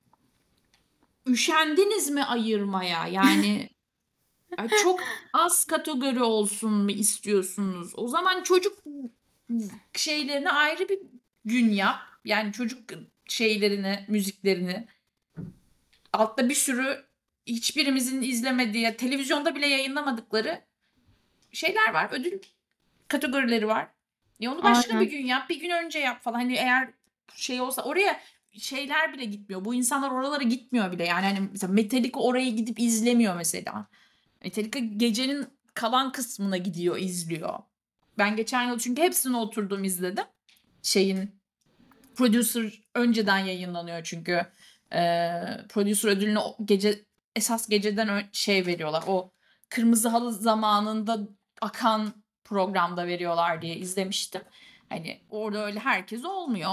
üşendiniz mi ayırmaya? Yani ay, çok az kategori olsun mu istiyorsunuz? O zaman çocuk şeylerine ayrı bir gün yap. Yani çocuk şeylerini, müziklerini. Altta bir sürü hiçbirimizin izlemediği, televizyonda bile yayınlamadıkları şeyler var. Ödül kategorileri var. Ya onu başka bir Aynen. gün yap, bir gün önce yap falan. Hani eğer şey olsa oraya şeyler bile gitmiyor. Bu insanlar oralara gitmiyor bile. Yani hani mesela Metallica oraya gidip izlemiyor mesela. Metallica gecenin kalan kısmına gidiyor, izliyor. Ben geçen yıl çünkü hepsini oturdum izledim. Şeyin producer önceden yayınlanıyor çünkü. Ee, producer ödülünü o gece esas geceden ö- şey veriyorlar. O kırmızı halı zamanında akan programda veriyorlar diye izlemiştim. Hani orada öyle herkes olmuyor.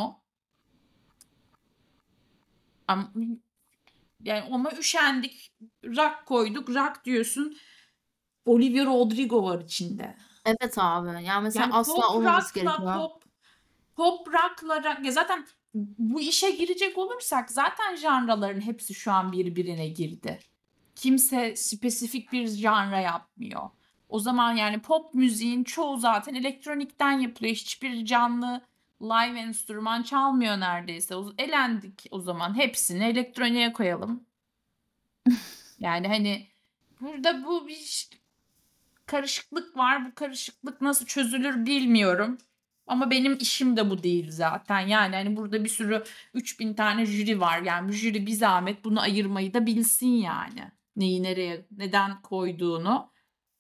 Ama, yani ama üşendik. Rock koyduk. Rock diyorsun. Olivia Rodrigo var içinde. Evet abi. Yani mesela Yani asla pop olmaması rock'la gerekiyor. pop pop rock'la rock ya zaten bu işe girecek olursak zaten janraların hepsi şu an birbirine girdi. Kimse spesifik bir janra yapmıyor. O zaman yani pop müziğin çoğu zaten elektronikten yapılıyor. Hiçbir canlı live enstrüman çalmıyor neredeyse. O- Elendik o zaman. Hepsini elektroniğe koyalım. Yani hani burada bu bir karışıklık var. Bu karışıklık nasıl çözülür bilmiyorum. Ama benim işim de bu değil zaten. Yani hani burada bir sürü üç bin tane jüri var. Yani bu jüri bir zahmet bunu ayırmayı da bilsin yani. Neyi nereye, neden koyduğunu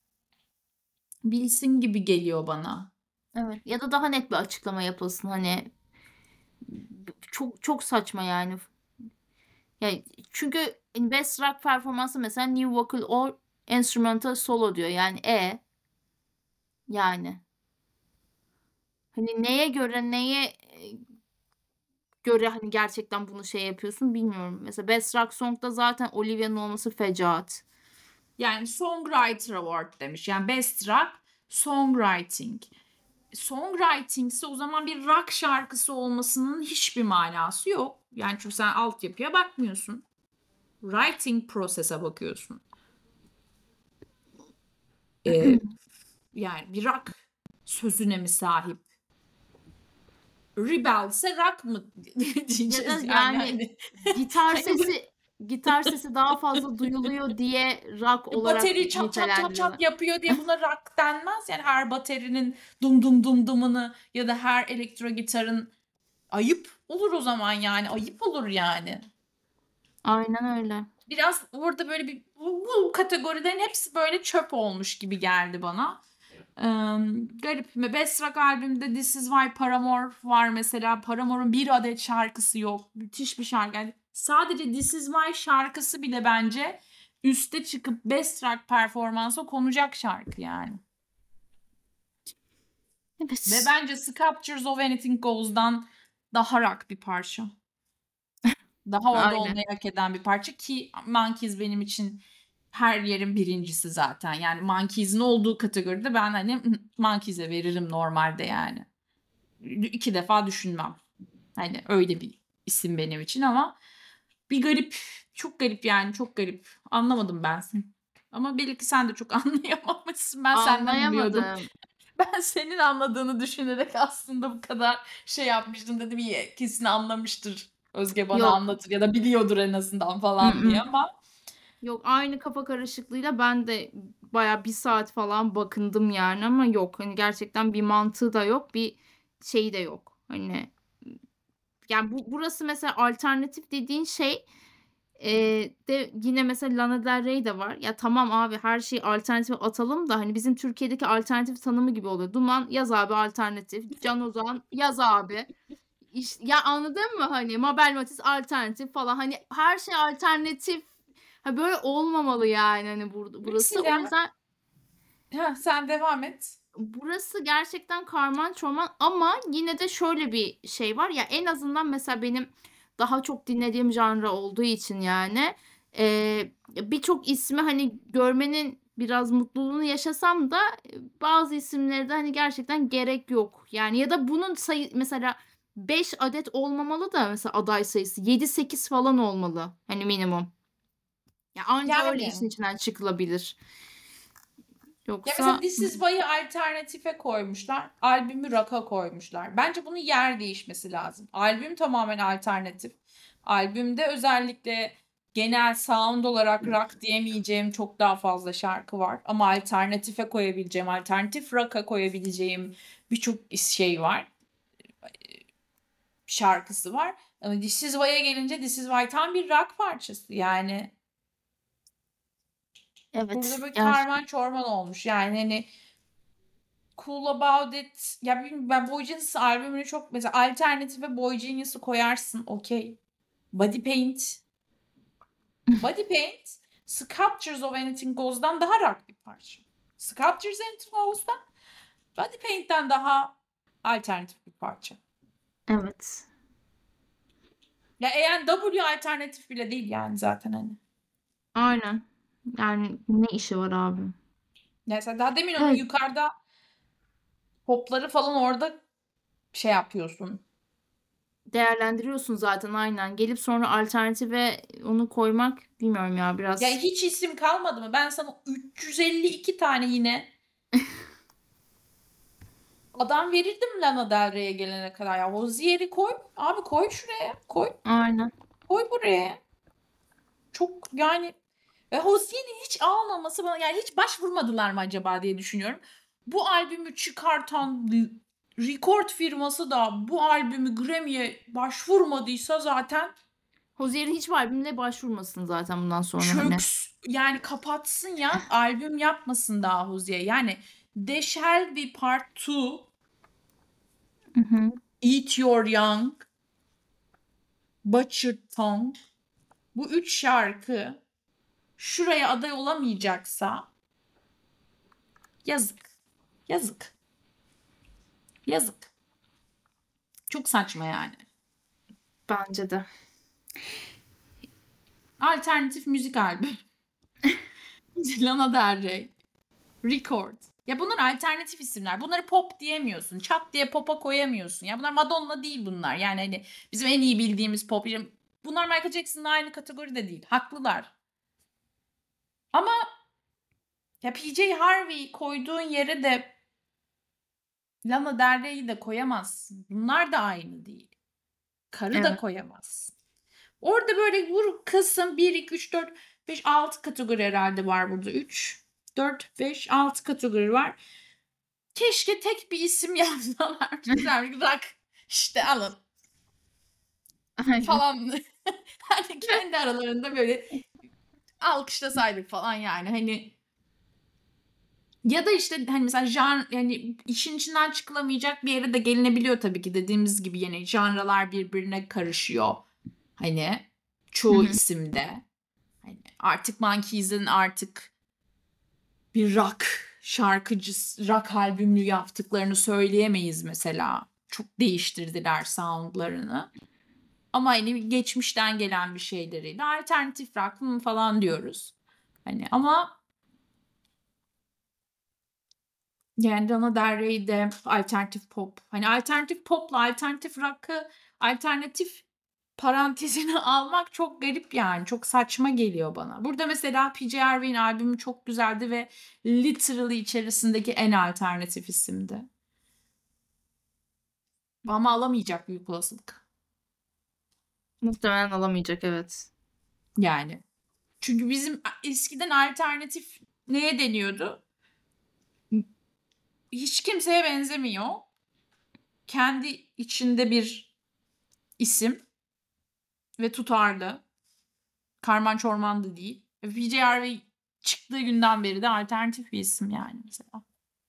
bilsin gibi geliyor bana. Evet. Ya da daha net bir açıklama yapılsın hani çok çok saçma yani. Yani çünkü Best Rock performansı mesela New Vocal or Instrumental Solo diyor. Yani e yani hani neye göre neye e, göre hani gerçekten bunu şey yapıyorsun bilmiyorum. Mesela Best Rock Song'da zaten Olivia'nın olması fecaat. Yani Songwriter Award demiş. Yani Best Rock Songwriting. Songwriting ise o zaman bir rock şarkısı olmasının hiçbir manası yok. Yani çünkü sen altyapıya bakmıyorsun. Writing process'e bakıyorsun. Ee, yani bir rock sözüne mi sahip? Rebel ise rock mı Ya da diyeceğiz yani yani hani. gitar Hani bu sesi gitar sesi daha fazla duyuluyor diye rock olarak bateri çat çat çat çat nitelendiriyorlar. yapıyor diye buna rock denmez. Yani her baterinin dum dum dum dumunu ya da her elektro gitarın ayıp olur o zaman yani. Ayıp olur yani. Aynen öyle. Biraz orada böyle bir bu, bu kategorilerin hepsi böyle çöp olmuş gibi geldi bana. Ee, garip mi? Best Rock albümde This Is Why Paramore var mesela. Paramore'un bir adet şarkısı yok. Müthiş bir şarkı. Yani sadece This Is Why şarkısı bile bence üste çıkıp Best Rock performansa konacak şarkı yani. Ve Evet. bence Sculptures of Anything Goes'dan daha rock bir parça. Daha orada Aynen. olmayı hak eden bir parça ki Monkeys benim için her yerin birincisi zaten. Yani Monkeys'in olduğu kategoride ben hani Monkeys'e veririm normalde yani. İki defa düşünmem. Hani öyle bir isim benim için ama bir garip, çok garip yani çok garip. Anlamadım ben seni. Ama belki sen de çok anlayamamışsın. Ben senden umuyordum. Anlayamadım. Ben senin anladığını düşünerek aslında bu kadar şey yapmıştım dedim iyi kesin anlamıştır. Özge bana Yok. anlatır ya da biliyordur en azından falan diye Mm-mm. ama Yok, aynı kafa karışıklığıyla ben de baya bir saat falan bakındım yani ama yok. Hani gerçekten bir mantığı da yok, bir şeyi de yok. Hani yani bu burası mesela alternatif dediğin şey eee, de yine mesela Lana Del Rey de var. Ya tamam abi her şeyi alternatife atalım da hani bizim Türkiye'deki alternatif tanımı gibi oluyor. Duman yaz abi alternatif. Can Ozan yaz abi. İş, ya anladın mı hani Mabel Matiz alternatif falan hani her şey alternatif. Ha böyle olmamalı yani hani bur- burası. O mesela yüzden ha, sen devam et. burası gerçekten karman çorman ama yine de şöyle bir şey var ya en azından mesela benim daha çok dinlediğim janra olduğu için yani eee, birçok ismi hani görmenin biraz mutluluğunu yaşasam da e, bazı isimleri de hani gerçekten gerek yok. Yani ya da bunun sayı mesela beş adet olmamalı da mesela aday sayısı yedi sekiz falan olmalı hani minimum. Ya anca öyle işin Yani içinden çıkılabilir. ya mesela Yoksa This Is Why'ı alternatife koymuşlar. Albümü rock'a koymuşlar. Bence bunun yer değişmesi lazım. Albüm tamamen alternatif. Albümde özellikle genel sound olarak rock diyemeyeceğim çok daha fazla şarkı var. Ama alternatife koyabileceğim, alternatif rock'a koyabileceğim birçok şey var. Şarkısı var. Ama This Is Why'a gelince This Is Why tam bir rock parçası. Yani burada evet böyle ger karman çorman olmuş. Yani hani Cool About It. Ya bilmiyorum, ben Boy Genius albümünü çok mesela alternatife Boy Genius'ı koyarsın. Okey. Body Paint. Body Paint Sculptures of Anything Goes'dan daha rock bir parça. Sculptures of Anything Goes'dan Body Paint'ten daha alternatif bir parça. evet. Ya E N W alternatif bile değil yani zaten hani. Aynen. Yani ne işi var abi? Ya sen daha demin onun Evet, yukarıda popları falan orada şey yapıyorsun. değerlendiriyorsun zaten aynen. Gelip sonra alternatife onu koymak bilmiyorum ya Ya biraz. hiç isim kalmadı mı? Ben sana üç yüz elli iki tane yine adam verirdim Lana Del Rey'e gelene kadar ya. Hozier'i koy. Abi koy şuraya. Koy. Aynen. Koy buraya. Çok yani ve Hozier'in hiç almaması bana yani hiç başvurmadılar mı acaba diye düşünüyorum. Bu albümü çıkartan record firması da bu albümü Grammy'ye başvurmadıysa zaten Hozier'in hiçbir albümüne başvurmasın zaten bundan sonra hani. çöks yani kapatsın ya albüm yapmasın daha Hozier. Yani There Shall Be Part two, Hı hı. Eat Your Young, Butchered Tongue bu üç şarkı şuraya aday olamayacaksa yazık. Yazık. Yazık. Çok saçma yani. Bence de. Alternatif müzik albüm. Lana Del Rey. Record. Ya bunlar alternatif isimler. Bunları pop diyemiyorsun. Çat diye pop'a koyamıyorsun. Ya bunlar Madonna değil bunlar. Yani hani bizim en iyi bildiğimiz pop. Bunlar Michael Jackson'la aynı kategoride değil. Haklılar. Ama Ya P J Harvey'i koyduğun yere de Lana Del Rey'i de koyamazsın. Bunlar da aynı değil. Karı da Evet. koyamazsın. Orada böyle vur kısım bir, iki, üç, dört, beş, altı kategori herhalde var burada. üç, dört, beş, altı kategori var. Keşke tek bir isim yazsalar. Güzel rock işte alın Aynen. falan. Hani kendi aralarında böyle alkışlasaydık falan yani hani ya da işte hani mesela jan yani işin içinden çıkılamayacak bir yere de gelinebiliyor tabii ki dediğimiz gibi yine janralar birbirine karışıyor. Hani Hı çoğu hı. isimde. Hani artık Monkeys'in artık bir rock şarkıcısı, rock albümlü yaptıklarını söyleyemeyiz mesela. Çok değiştirdiler soundlarını. Ama hani geçmişten gelen bir şeyleriyle alternatif rock mı falan diyoruz. Hani ama yani Lana Del Rey de alternatif pop. Hani alternatif popla alternatif rock'ı alternatif parantezine almak çok garip yani. Çok saçma geliyor bana. Burada mesela P J Harvey'in albümü çok güzeldi ve literally içerisindeki en alternatif isimdi. Ama alamayacak büyük olasılık. Muhtemelen alamayacak, evet. Yani. Çünkü bizim eskiden alternatif neye deniyordu? Hiç kimseye benzemiyor. Kendi içinde bir isim ve tutarlı. Karman çorman da değil. P J Harvey çıktığı günden beri de alternatif bir isim yani mesela.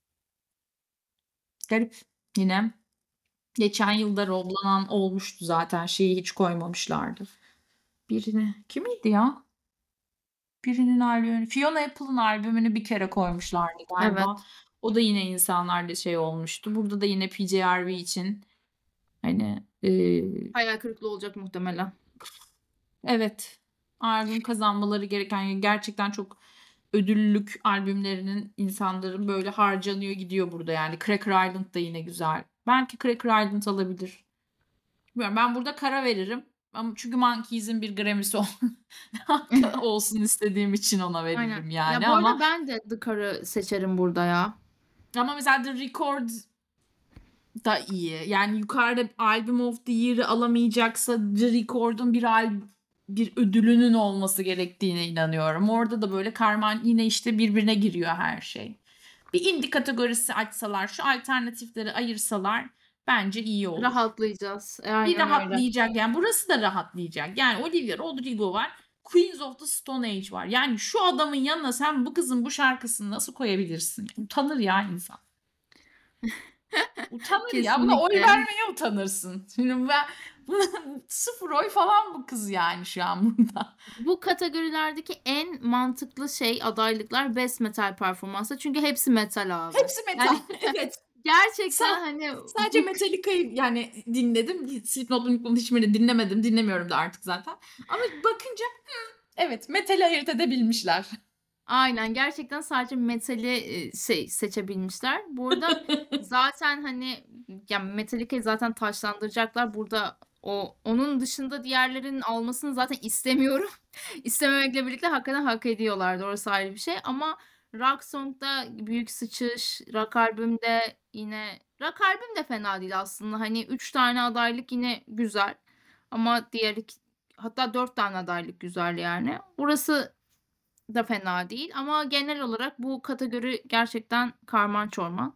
Garip. Yine geçen yılda Roblanan olmuştu zaten. Şeyi hiç koymamışlardı. Birini. Kimiydi ya? Birinin albümünü. Fiona Apple'ın albümünü bir kere koymuşlardı galiba. Evet. O da yine insanlarla şey olmuştu. Burada da yine P J Harvey için hani e, Hayal kırıklığı olacak muhtemelen. evet albüm kazanmaları gereken gerçekten çok ödüllük albümlerinin insanların böyle harcanıyor gidiyor burada yani. Cracker Island da yine güzel. Belki Cracker Island alabilir. Bilmiyorum, ben burada kara veririm. Ama çünkü Monkeys'in bir Grammy'si ol- olsun istediğim için ona Aynen. veririm Ya yani bu ama arada ben de The Car'ı seçerim burada ya. ama mesela The Record da iyi. Yani yukarıda Album of the Year'ı alamayacaksa The Record'un bir al bir ödülünün olması gerektiğine inanıyorum. Orada da böyle karman yine işte birbirine giriyor her şey. Bir indie kategorisi açsalar, şu alternatifleri ayırsalar bence iyi olur. Rahatlayacağız. E, Bir aynen öyle. rahatlayacak yani burası da rahatlayacak. Yani Olivia Rodrigo var. Queens of the Stone Age var. Yani şu adamın yanına sen bu kızın bu şarkısını nasıl koyabilirsin? Utanır ya insan. Utanır ya. Buna oy Kesinlikle. vermeye utanırsın. Şimdi ben buna sıfır oy falan bu kız yani şu an burada. Bu kategorilerdeki en mantıklı şey adaylıklar Best Metal Performansı. Çünkü hepsi metal abi. Hepsi metal. Yani Evet. gerçekten Sa- hani sadece bu Metallica'yı yani dinledim. Slipknot'un hiçbirini dinlemedim. Dinlemiyorum da artık zaten. Ama bakınca hı, evet metali ayırt edebilmişler. aynen gerçekten sadece metali e, şey seçebilmişler. Burada zaten hani ya Metallica'yı zaten taşlandıracaklar. Burada o onun dışında diğerlerinin almasını zaten istemiyorum. İstememekle birlikte hakikaten hak ediyorlardı. Orası ayrı bir şey. Ama Rock Song'da büyük sıçış, Rock albümde yine Rock albüm de fena değil aslında. Hani üç tane adaylık yine güzel. Ama diğer iki, hatta dört tane adaylık güzel yani. Burası da fena değil ama genel olarak bu kategori gerçekten karman çorman.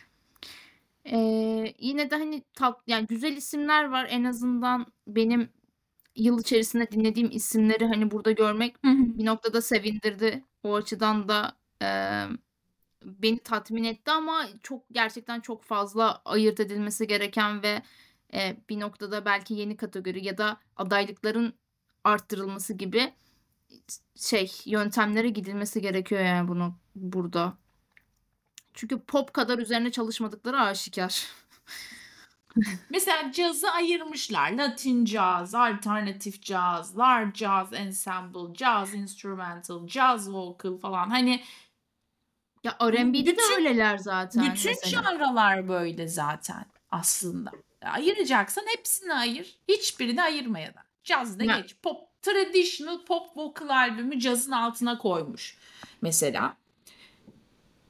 Eee, yine de hani tat, yani güzel isimler var. En azından benim yıl içerisinde dinlediğim isimleri hani burada görmek Hı hı. bir noktada sevindirdi. O açıdan da eee, beni tatmin etti ama çok gerçekten çok fazla ayırt edilmesi gereken ve eee, bir noktada belki yeni kategori ya da adaylıkların arttırılması gibi şey yöntemlere gidilmesi gerekiyor yani bunu burada. Çünkü pop kadar üzerine çalışmadıkları aşikar. Mesela cazı ayırmışlar. Latin caz, alternatif caz, large jazz ensemble, jazz instrumental, jazz vocal falan. Hani Ya R and B'de de bütün öyleler zaten bütün mesela. janralar böyle zaten aslında. Ayıracaksan hepsini ayır. Hiçbirini ayırmaya da. Cazda Ya geç. Pop, traditional pop vocal albümü cazın altına koymuş. Mesela.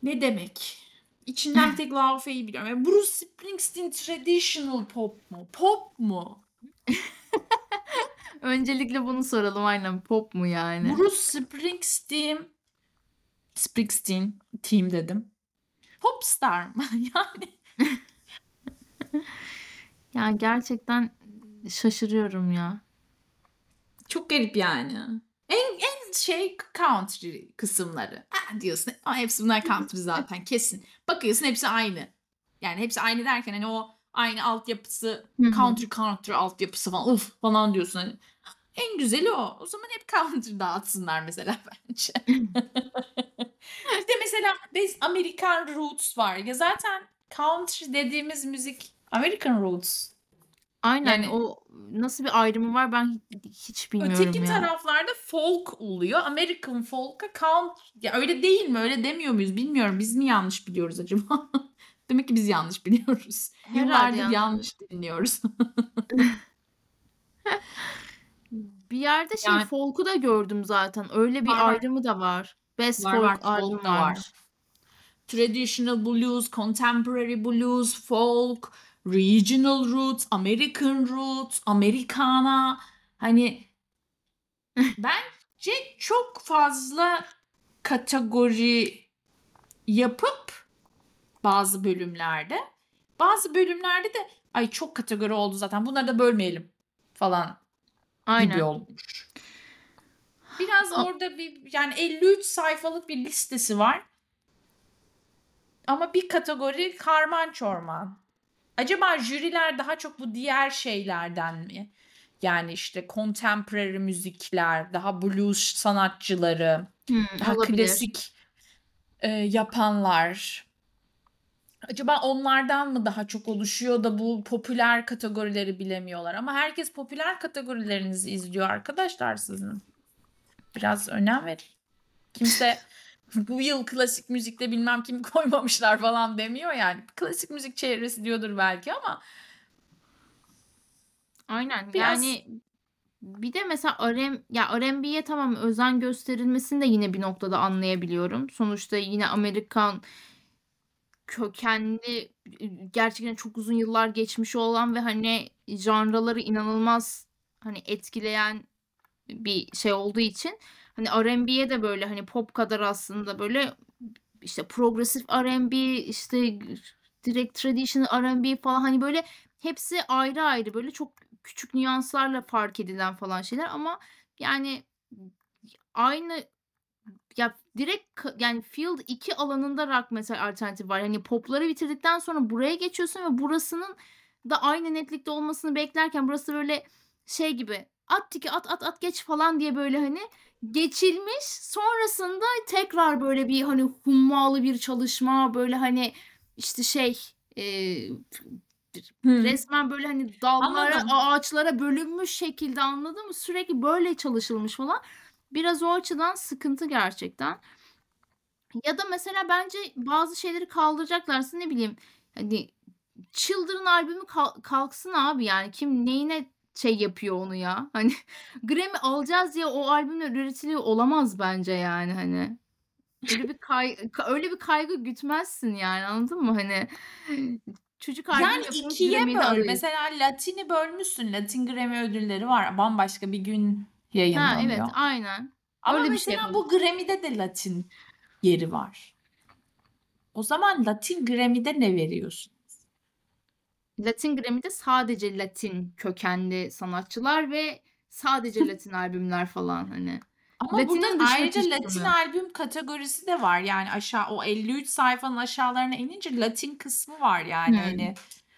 Ne demek? İçinden bir tek Lao Fei'yi biliyorum. Yani Bruce Springsteen traditional pop mu? Pop mu? Öncelikle bunu soralım, aynen, pop mu yani? Bruce Springsteen Springsteen team dedim. Popstar mı? Yani Ya gerçekten şaşırıyorum ya. çok garip yani. En en şey country kısımları. Ah diyorsun. Aa, hepsi bunlar country zaten kesin. Bakıyorsun hepsi aynı. Yani hepsi aynı derken hani o aynı altyapısı Hı hı. country country altyapısı falan uf falan diyorsun hani. En güzeli o. O zaman hep country dağıtsınlar mesela bence. Bir de mesela biz American Roots var. Ya zaten country dediğimiz müzik American Roots. Aynen, Yani o nasıl bir ayrımı var ben hiç, hiç bilmiyorum öteki ya. taraflarda folk oluyor. American folk'a country. Ya öyle değil mi? Öyle demiyor muyuz? Bilmiyorum. Biz mi yanlış biliyoruz acaba? Demek ki biz yanlış biliyoruz. Herhalde Yıllardır yanlış. yanlış dinliyoruz. Bir yerde şey Yani folk'u da gördüm zaten. Öyle var bir var. ayrımı da var. Best Var folk var. albüm Folk da var. varmış. Traditional blues, contemporary blues, folk, regional roots, American roots, Americana. Hani bence çok fazla kategori yapıp bazı bölümlerde, bazı bölümlerde de ay çok kategori oldu zaten bunları da bölmeyelim falan gibi Aynen. olmuş. Biraz A- orada bir yani elli üç sayfalık bir listesi var. Ama bir kategori karman çorman. Acaba jüriler daha çok bu diğer şeylerden mi? Yani işte contemporary müzikler, daha blues sanatçıları, Hmm, daha olabilir. klasik e, yapanlar. Acaba onlardan mı daha çok oluşuyor da bu popüler kategorileri bilemiyorlar? Ama herkes popüler kategorilerinizi izliyor arkadaşlar sizin. Biraz önem verin. Kimse bu yıl klasik müzikte bilmem kimi koymamışlar falan demiyor yani. Klasik müzik çevresi diyordur belki ama Aynen. biraz Yani bir de mesela R M ya R and B'ye tamam özen gösterilmesini de yine bir noktada anlayabiliyorum. Sonuçta yine Amerikan kökenli, gerçekten çok uzun yıllar geçmişi olan ve hani janraları inanılmaz hani etkileyen bir şey olduğu için hani R and B'ye de böyle hani pop kadar aslında böyle işte progresif R and B, işte direkt traditional R and B falan hani böyle hepsi ayrı ayrı böyle çok küçük nüanslarla fark edilen falan şeyler ama yani aynı ya direkt ka- yani Field iki alanında rock mesela alternatif var. Hani popları bitirdikten sonra buraya geçiyorsun ve burasının da aynı netlikte olmasını beklerken burası böyle şey gibi at tiki at at at geç falan diye böyle hani geçilmiş. Sonrasında tekrar böyle bir hani hummalı bir çalışma böyle hani işte şey e, Hı, resmen böyle hani dallara anladım. ağaçlara bölünmüş şekilde anladın mı? Sürekli böyle çalışılmış falan. Biraz o açıdan sıkıntı gerçekten. Ya da mesela bence bazı şeyleri kaldıracaklarsa ne bileyim hani Children albümü kal- kalksın abi yani kim neyine şey yapıyor onu ya hani Grammy alacağız diye o albümler üretiliyor olamaz bence yani hani öyle bir kay ka- öyle bir kaygı gütmezsin yani anladın mı hani çocuk albüm Yani yapılmış ikiye Grammy'yi de böl. alıyor. Mesela Latin'i bölmüşsün. Latin Grammy ödülleri var. Bambaşka bir gün Ha evet yayınlanıyor. aynen Ama öyle bir şey mesela yapalım. bu Grammy'de de Latin yeri var. O zaman Latin Grammy'de ne veriyorsun? Latin Grammy'de sadece Latin kökenli sanatçılar ve sadece Latin albümler falan hani. Ama burada Latin'in dışına ayrıca hiç Latin çıkmıyor. albüm kategorisi de var. Yani aşağı o elli üç sayfanın aşağılarına inince Latin kısmı var yani Hmm. hani.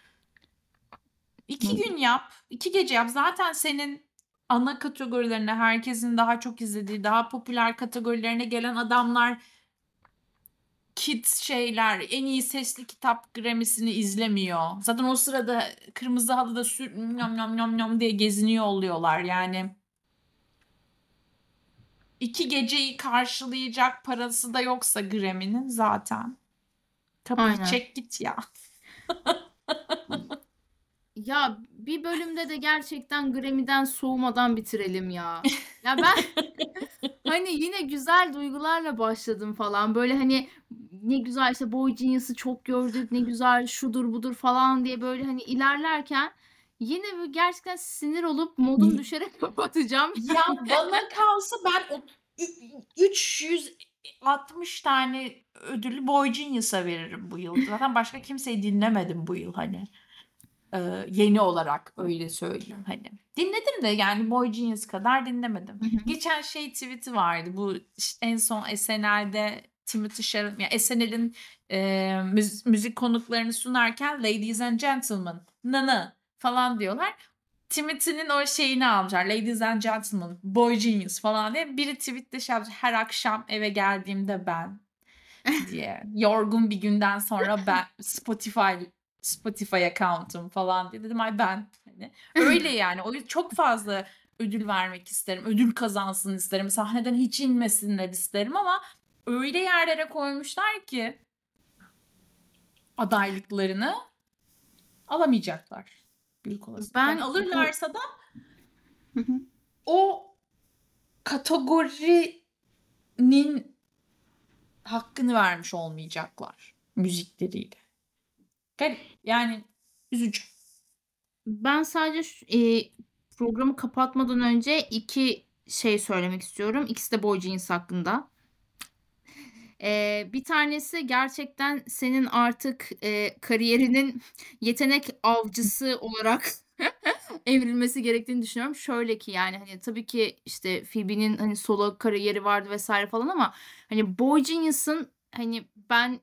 İki gün yap, iki gece yap. Zaten senin ana kategorilerine, herkesin daha çok izlediği, daha popüler kategorilerine gelen adamlar kids şeyler, en iyi sesli kitap Grammy'sini izlemiyor. Zaten o sırada kırmızı halıda sür nyam nyam nyam nyam diye geziniyor oluyorlar yani. İki geceyi karşılayacak parası da yoksa Grammy'nin zaten. Kapıyı Aynen. çek git ya. Ya bir bölümde de gerçekten Grammy'den soğumadan bitirelim ya. Ya ben hani yine güzel duygularla başladım falan. Böyle hani ne güzel işte Boy Genius'ı çok gördük, ne güzel şudur budur falan diye böyle hani ilerlerken yine böyle gerçekten sinir olup modum düşerek kapatacağım. Ya bana kalsa ben o ü- üç yüz altmış tane ödülü Boy Genius'a veririm bu yıl. Zaten başka kimseyi dinlemedim bu yıl hani. Ee, yeni olarak öyle söyleyeyim hani. Dinledim de yani Boy Genius kadar dinlemedim. Hı hı. Geçen şey tweet'i vardı. Bu işte en son S N L'de Timothy Chalamet, yani S N L'in e, müz- müzik konuklarını sunarken Ladies and Gentlemen, nana falan diyorlar. Timothy'nin o şeyini almışlar. Ladies and Gentlemen, Boy Genius falan diye. Biri tweette şey yapmış. Her akşam eve geldiğimde ben diye. Yorgun bir günden sonra ben Spotify Spotify account'um falan diye dedim ay ben hani öyle yani o yüzden çok fazla ödül vermek isterim. Ödül kazansın isterim. Sahneden hiç inmesinler isterim ama öyle yerlere koymuşlar ki adaylıklarını alamayacaklar büyük olasılık. Yani Ben bu alırlarsa da Hı hı. o kategorinin hakkını vermiş olmayacaklar müzikleriyle. Garip. Yani üzücü. Ben sadece ş- e, programı kapatmadan önce iki şey söylemek istiyorum. İkisi de Boy Genius hakkında. Ee, bir tanesi gerçekten senin artık e, kariyerinin yetenek avcısı olarak evrilmesi gerektiğini düşünüyorum. Şöyle ki yani hani tabii ki işte Phoebe'nin hani solo kariyeri vardı vesaire falan ama hani Boy Genius'ın hani ben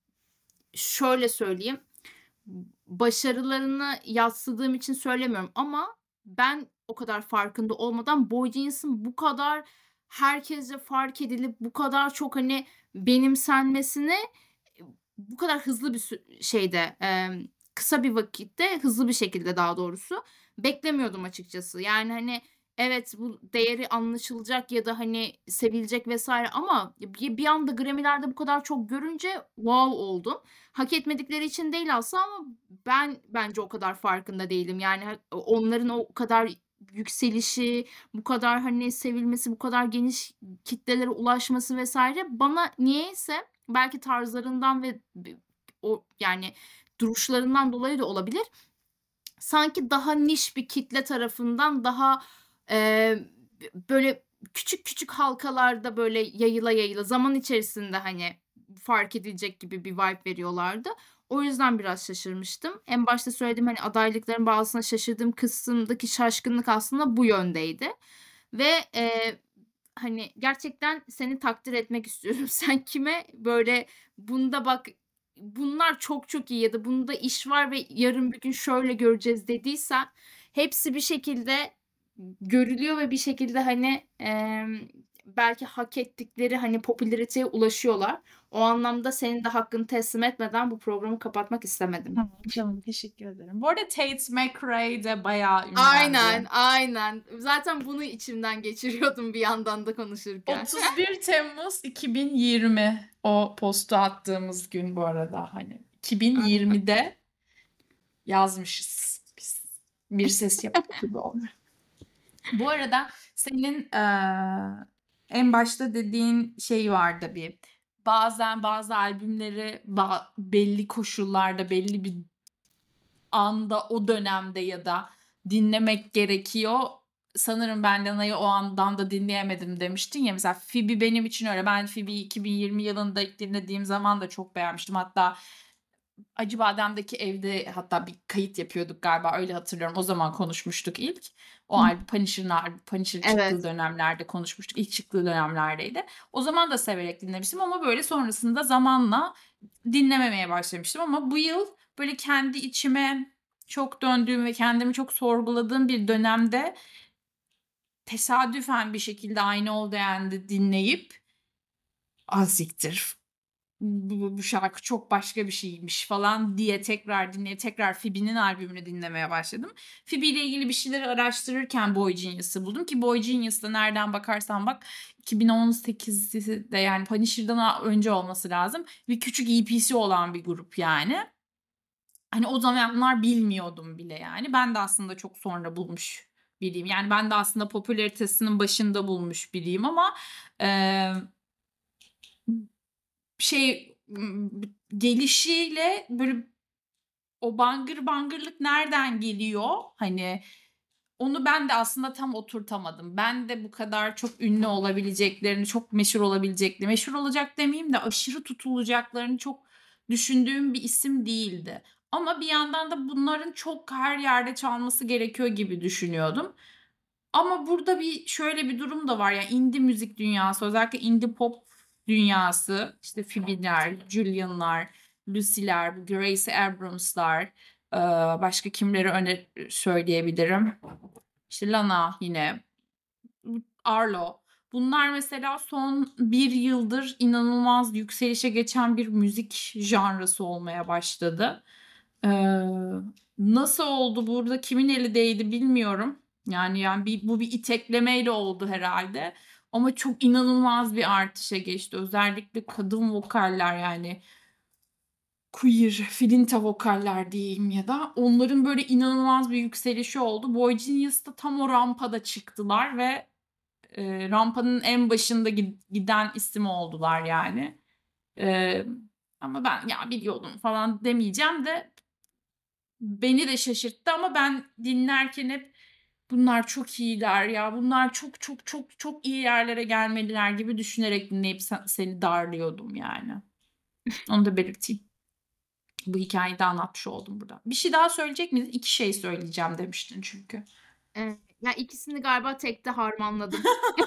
şöyle söyleyeyim başarılarını yadsıdığım için söylemiyorum ama ben o kadar farkında olmadan Boy Genius'ın bu kadar herkesce fark edilip bu kadar çok hani benimsenmesini bu kadar hızlı bir sü- şeyde em, kısa bir vakitte hızlı bir şekilde daha doğrusu beklemiyordum açıkçası. Yani hani evet bu değeri anlaşılacak ya da hani sevilecek vesaire ama bir, bir anda Grammy'lerde bu kadar çok görünce wow oldum. Hak etmedikleri için değil aslında ama ben bence o kadar farkında değilim. Yani ha- onların o kadar yükselişi, bu kadar hani sevilmesi, bu kadar geniş kitlelere ulaşması vesaire bana niyeyse belki tarzlarından ve b- o yani duruşlarından dolayı da olabilir. Sanki daha niş bir kitle tarafından daha eee, böyle küçük küçük halkalarda böyle yayıla yayıla zaman içerisinde hani fark edilecek gibi bir vibe veriyorlardı. O yüzden biraz şaşırmıştım. En başta söylediğim hani adaylıkların bazısına şaşırdığım kısımdaki şaşkınlık aslında bu yöndeydi. Ve eee, hani gerçekten seni takdir etmek istiyorum. Sen kime böyle bunda bak bunlar çok çok iyi ya da bunda iş var ve yarın bir gün şöyle göreceğiz dediysen hepsi bir şekilde görülüyor ve bir şekilde hani em, belki hak ettikleri hani popülariteye ulaşıyorlar. O anlamda senin de hakkını teslim etmeden bu programı kapatmak istemedim. Hı, canım teşekkür ederim. Bu arada Tate McRae de bayağı Aynen, ünlendi. aynen. Zaten bunu içimden geçiriyordum bir yandan da konuşurken. otuz bir Temmuz iki bin yirmi o postu attığımız gün bu arada hani iki bin yirmide yazmışız biz. Bir ses yapıyor gibi oldu. Bu arada senin eee, en başta dediğin şey vardı bir. Bazen bazı albümleri ba- belli koşullarda, belli bir anda, o dönemde ya da dinlemek gerekiyor. Sanırım ben Lana'yı o andan da dinleyemedim demiştin ya. Mesela Phoebe benim için öyle. Ben Phoebe'yi iki bin yirmi yılında ilk dinlediğim zaman da çok beğenmiştim. Hatta Acıbadem'deki evde hatta bir kayıt yapıyorduk galiba öyle hatırlıyorum. O zaman konuşmuştuk ilk. O Hı. albüm Punisher'ın albüm, Punisher çıktığı Evet. dönemlerde konuşmuştuk. İlk çıktığı dönemlerdeydi. O zaman da severek dinlemiştim ama böyle sonrasında zamanla dinlememeye başlamıştım. Ama bu yıl böyle kendi içime çok döndüğüm ve kendimi çok sorguladığım bir dönemde tesadüfen bir şekilde aynı Old End'i dinleyip az siktir bu, bu şarkı çok başka bir şeymiş falan diye tekrar dinleyip tekrar Phoebe'nin albümünü dinlemeye başladım. Phoebe ile ilgili bir şeyleri araştırırken Boy Genius'ı buldum ki Boy Genius'da nereden bakarsan bak iki bin on sekizde yani Punisher'dan önce olması lazım. Bir küçük E P'si olan bir grup yani. Hani o zamanlar bilmiyordum bile yani. Ben de aslında çok sonra bulmuş biriyim. Yani ben de aslında popülaritesinin başında bulmuş biriyim ama eee şey m, gelişiyle böyle o bangır bangırlık nereden geliyor? Hani onu ben de aslında tam oturtamadım. Ben de bu kadar çok ünlü olabileceklerini, çok meşhur olabileceklerini, meşhur olacak demeyeyim de aşırı tutulacaklarını çok düşündüğüm bir isim değildi. Ama bir yandan da bunların çok her yerde çalması gerekiyor gibi düşünüyordum. Ama burada bir şöyle bir durum da var. Yani indie müzik dünyası, özellikle indie pop dünyası, işte Phoebe'ler, Julian'lar, Lucy'ler, bu Gracie Abrams'lar, eee, başka kimleri öne söyleyebilirim? İşte Lana yine, Arlo. Bunlar mesela son bir yıldır inanılmaz yükselişe geçen bir müzik janrası olmaya başladı. Eee, nasıl oldu burada, kimin eli değdi bilmiyorum. Yani yani bir, bu bir iteklemeyle oldu herhalde. Ama çok inanılmaz bir artışa geçti. Özellikle kadın vokaller, yani queer, filinta vokaller diyeyim ya da onların böyle inanılmaz bir yükselişi oldu. Boy Genius da tam o rampada çıktılar ve e, rampanın en başında gi- giden isim oldular yani. E, ama ben ya biliyordum falan demeyeceğim de beni de şaşırttı ama ben dinlerken hep bunlar çok iyiler ya, bunlar çok çok çok çok iyi yerlere gelmeliler gibi düşünerek dinleyip sen- seni darlıyordum yani. Onu da belirteyim. Bu hikayeyi de anlatmış oldum burada. Bir şey daha söyleyecek miydin? İki şey söyleyeceğim demiştin çünkü. Ee, ya ikisini galiba tekte harmanladım.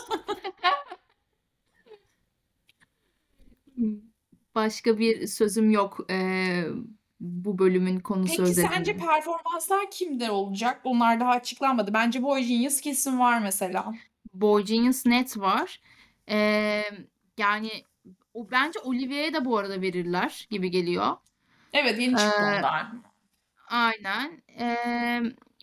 Başka bir sözüm yok ee, bu bölümün konusu Peki sence özelinde. performanslar kimde olacak? Onlar daha açıklanmadı. Bence Boy Genius kesin var mesela. Boy Genius net var. Ee, yani o bence Olivia'ya da bu arada verirler gibi geliyor. Evet, yeni çıktı Ee, onlar. aynen. Ee,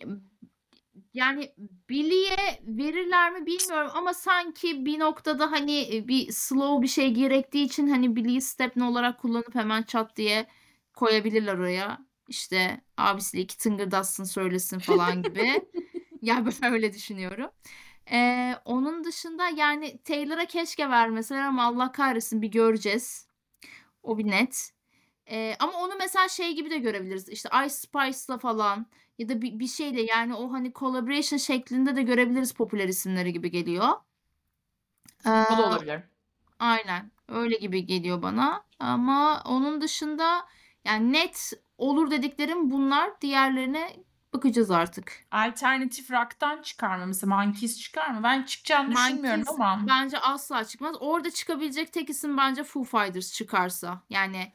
yani Billy'e verirler mi bilmiyorum ama sanki bir noktada hani e, bir slow bir şey gerektiği için hani Billy'yi stepne olarak kullanıp hemen çat diye koyabilirler oraya. İşte abisiyle iki tıngırdatsın söylesin falan gibi. Ya ben öyle düşünüyorum. Ee, onun dışında yani Taylor'a keşke vermeseler ama Allah kahretsin bir göreceğiz. O bir net. Ee, ama onu mesela şey gibi de görebiliriz. İşte Ice Spice'la falan ya da bir, bir şeyle yani o hani collaboration şeklinde de görebiliriz popüler isimleri gibi geliyor. O da Ee, olabilir. aynen öyle gibi geliyor bana. Ama onun dışında yani net olur dediklerim bunlar. Diğerlerine bakacağız artık. Alternatif rock'tan çıkar mı? Mesela Monkeys çıkar mı? Ben çıkacağını düşünmüyorum Monkeys ama. bence asla çıkmaz. Orada çıkabilecek tek isim bence Foo Fighters çıkarsa. Yani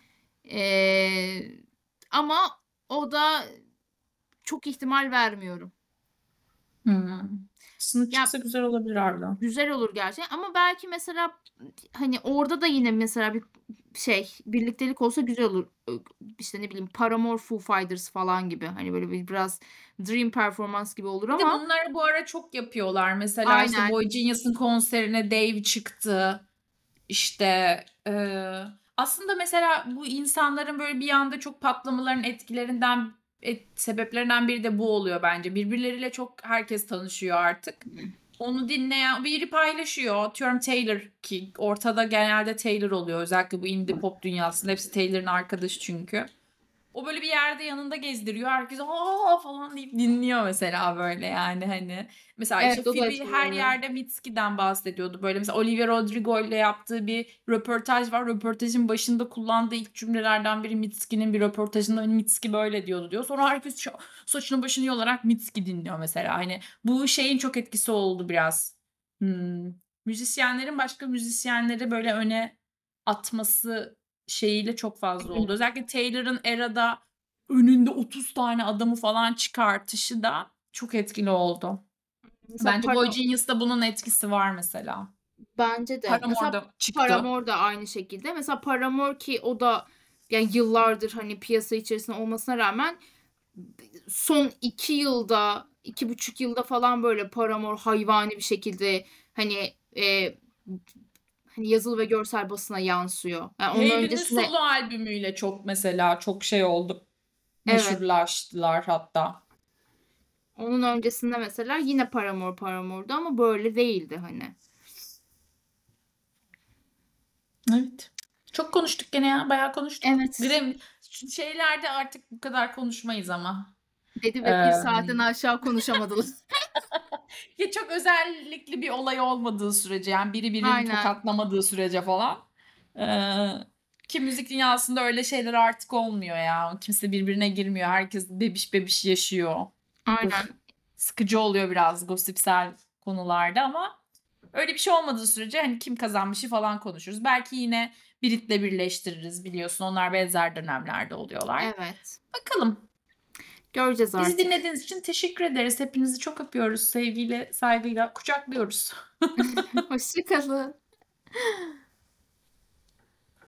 ee, ama o da çok ihtimal vermiyorum. Hmm. Aslında Ya çıksa güzel olabilir harbiden. güzel olur gerçekten ama belki mesela hani orada da yine mesela bir şey birliktelik olsa güzel olur. İşte ne bileyim Paramore Foo Fighters falan gibi hani böyle bir biraz dream performans gibi olur Bir de ama bunları bu ara çok yapıyorlar. Mesela işte aynen Boy Genius'ın konserine Dave çıktı. İşte eee, aslında mesela bu insanların böyle bir anda çok patlamaların etkilerinden et- sebeplerinden biri de bu oluyor bence. Birbirleriyle çok herkes tanışıyor artık. Onu dinleyen biri paylaşıyor. Atıyorum Taylor, ki ortada genelde Taylor oluyor. Özellikle bu indie pop dünyasında hepsi Taylor'ın arkadaşı çünkü. O böyle bir yerde yanında gezdiriyor. Herkes aa falan deyip dinliyor mesela böyle yani hani. Mesela işte evet o da Phoebe her etkileniyor. yerde Mitski'den bahsediyordu. Böyle mesela Olivia Rodrigo ile yaptığı bir röportaj var. Röportajın başında kullandığı ilk cümlelerden biri Mitski'nin bir röportajında hani Mitski böyle diyordu diyor. Sonra herkes şu- saçını başını yolarak Mitski dinliyor mesela. Hani bu şeyin çok etkisi oldu biraz. Hmm. Müzisyenlerin başka müzisyenleri böyle öne atması şeyiyle çok fazla oldu. Özellikle Taylor'ın Era'da önünde otuz tane adamı falan çıkartışı da çok etkili oldu. Mesela Bence Boy para, Genius'ta bunun etkisi var mesela. bence de mesela Paramore'da çıktı. Paramore da aynı şekilde. Mesela Paramore ki o da yani yıllardır hani piyasa içerisinde olmasına rağmen son iki yılda, iki buçuk yılda falan böyle Paramore hayvani bir şekilde hani e, hani yazılı ve görsel basına yansıyor. Yani onun Hayley'nin öncesinde solo albümüyle çok mesela çok şey oldu. evet, Meşhurlaştılar hatta. onun öncesinde mesela yine Paramore Paramore'du ama böyle değildi hani. Evet. Çok konuştuk gene ya. Bayağı konuştuk. Evet. Grem şu şeylerde artık bu kadar konuşmayız ama. Dedi ve bir saatten Emm aşağı konuşamadılar. Ya, çok özellikli bir olay olmadığı sürece, yani biri birini Aynen. tokatlamadığı sürece falan. Eee, ki müzik dünyasında öyle şeyler artık olmuyor ya. Kimse birbirine girmiyor. Herkes bebiş bebiş yaşıyor. Aynen. Sıkıcı oluyor biraz gossipsel konularda ama öyle bir şey olmadığı sürece hani kim kazanmışı falan konuşuruz. Belki yine Brit'le birleştiririz biliyorsun. Onlar benzer dönemlerde oluyorlar. Evet. Bakalım. Göreceğiz Bizi artık. dinlediğiniz için teşekkür ederiz. Hepinizi çok öpüyoruz. Sevgiyle, saygıyla kucaklıyoruz. Hoşça kalın.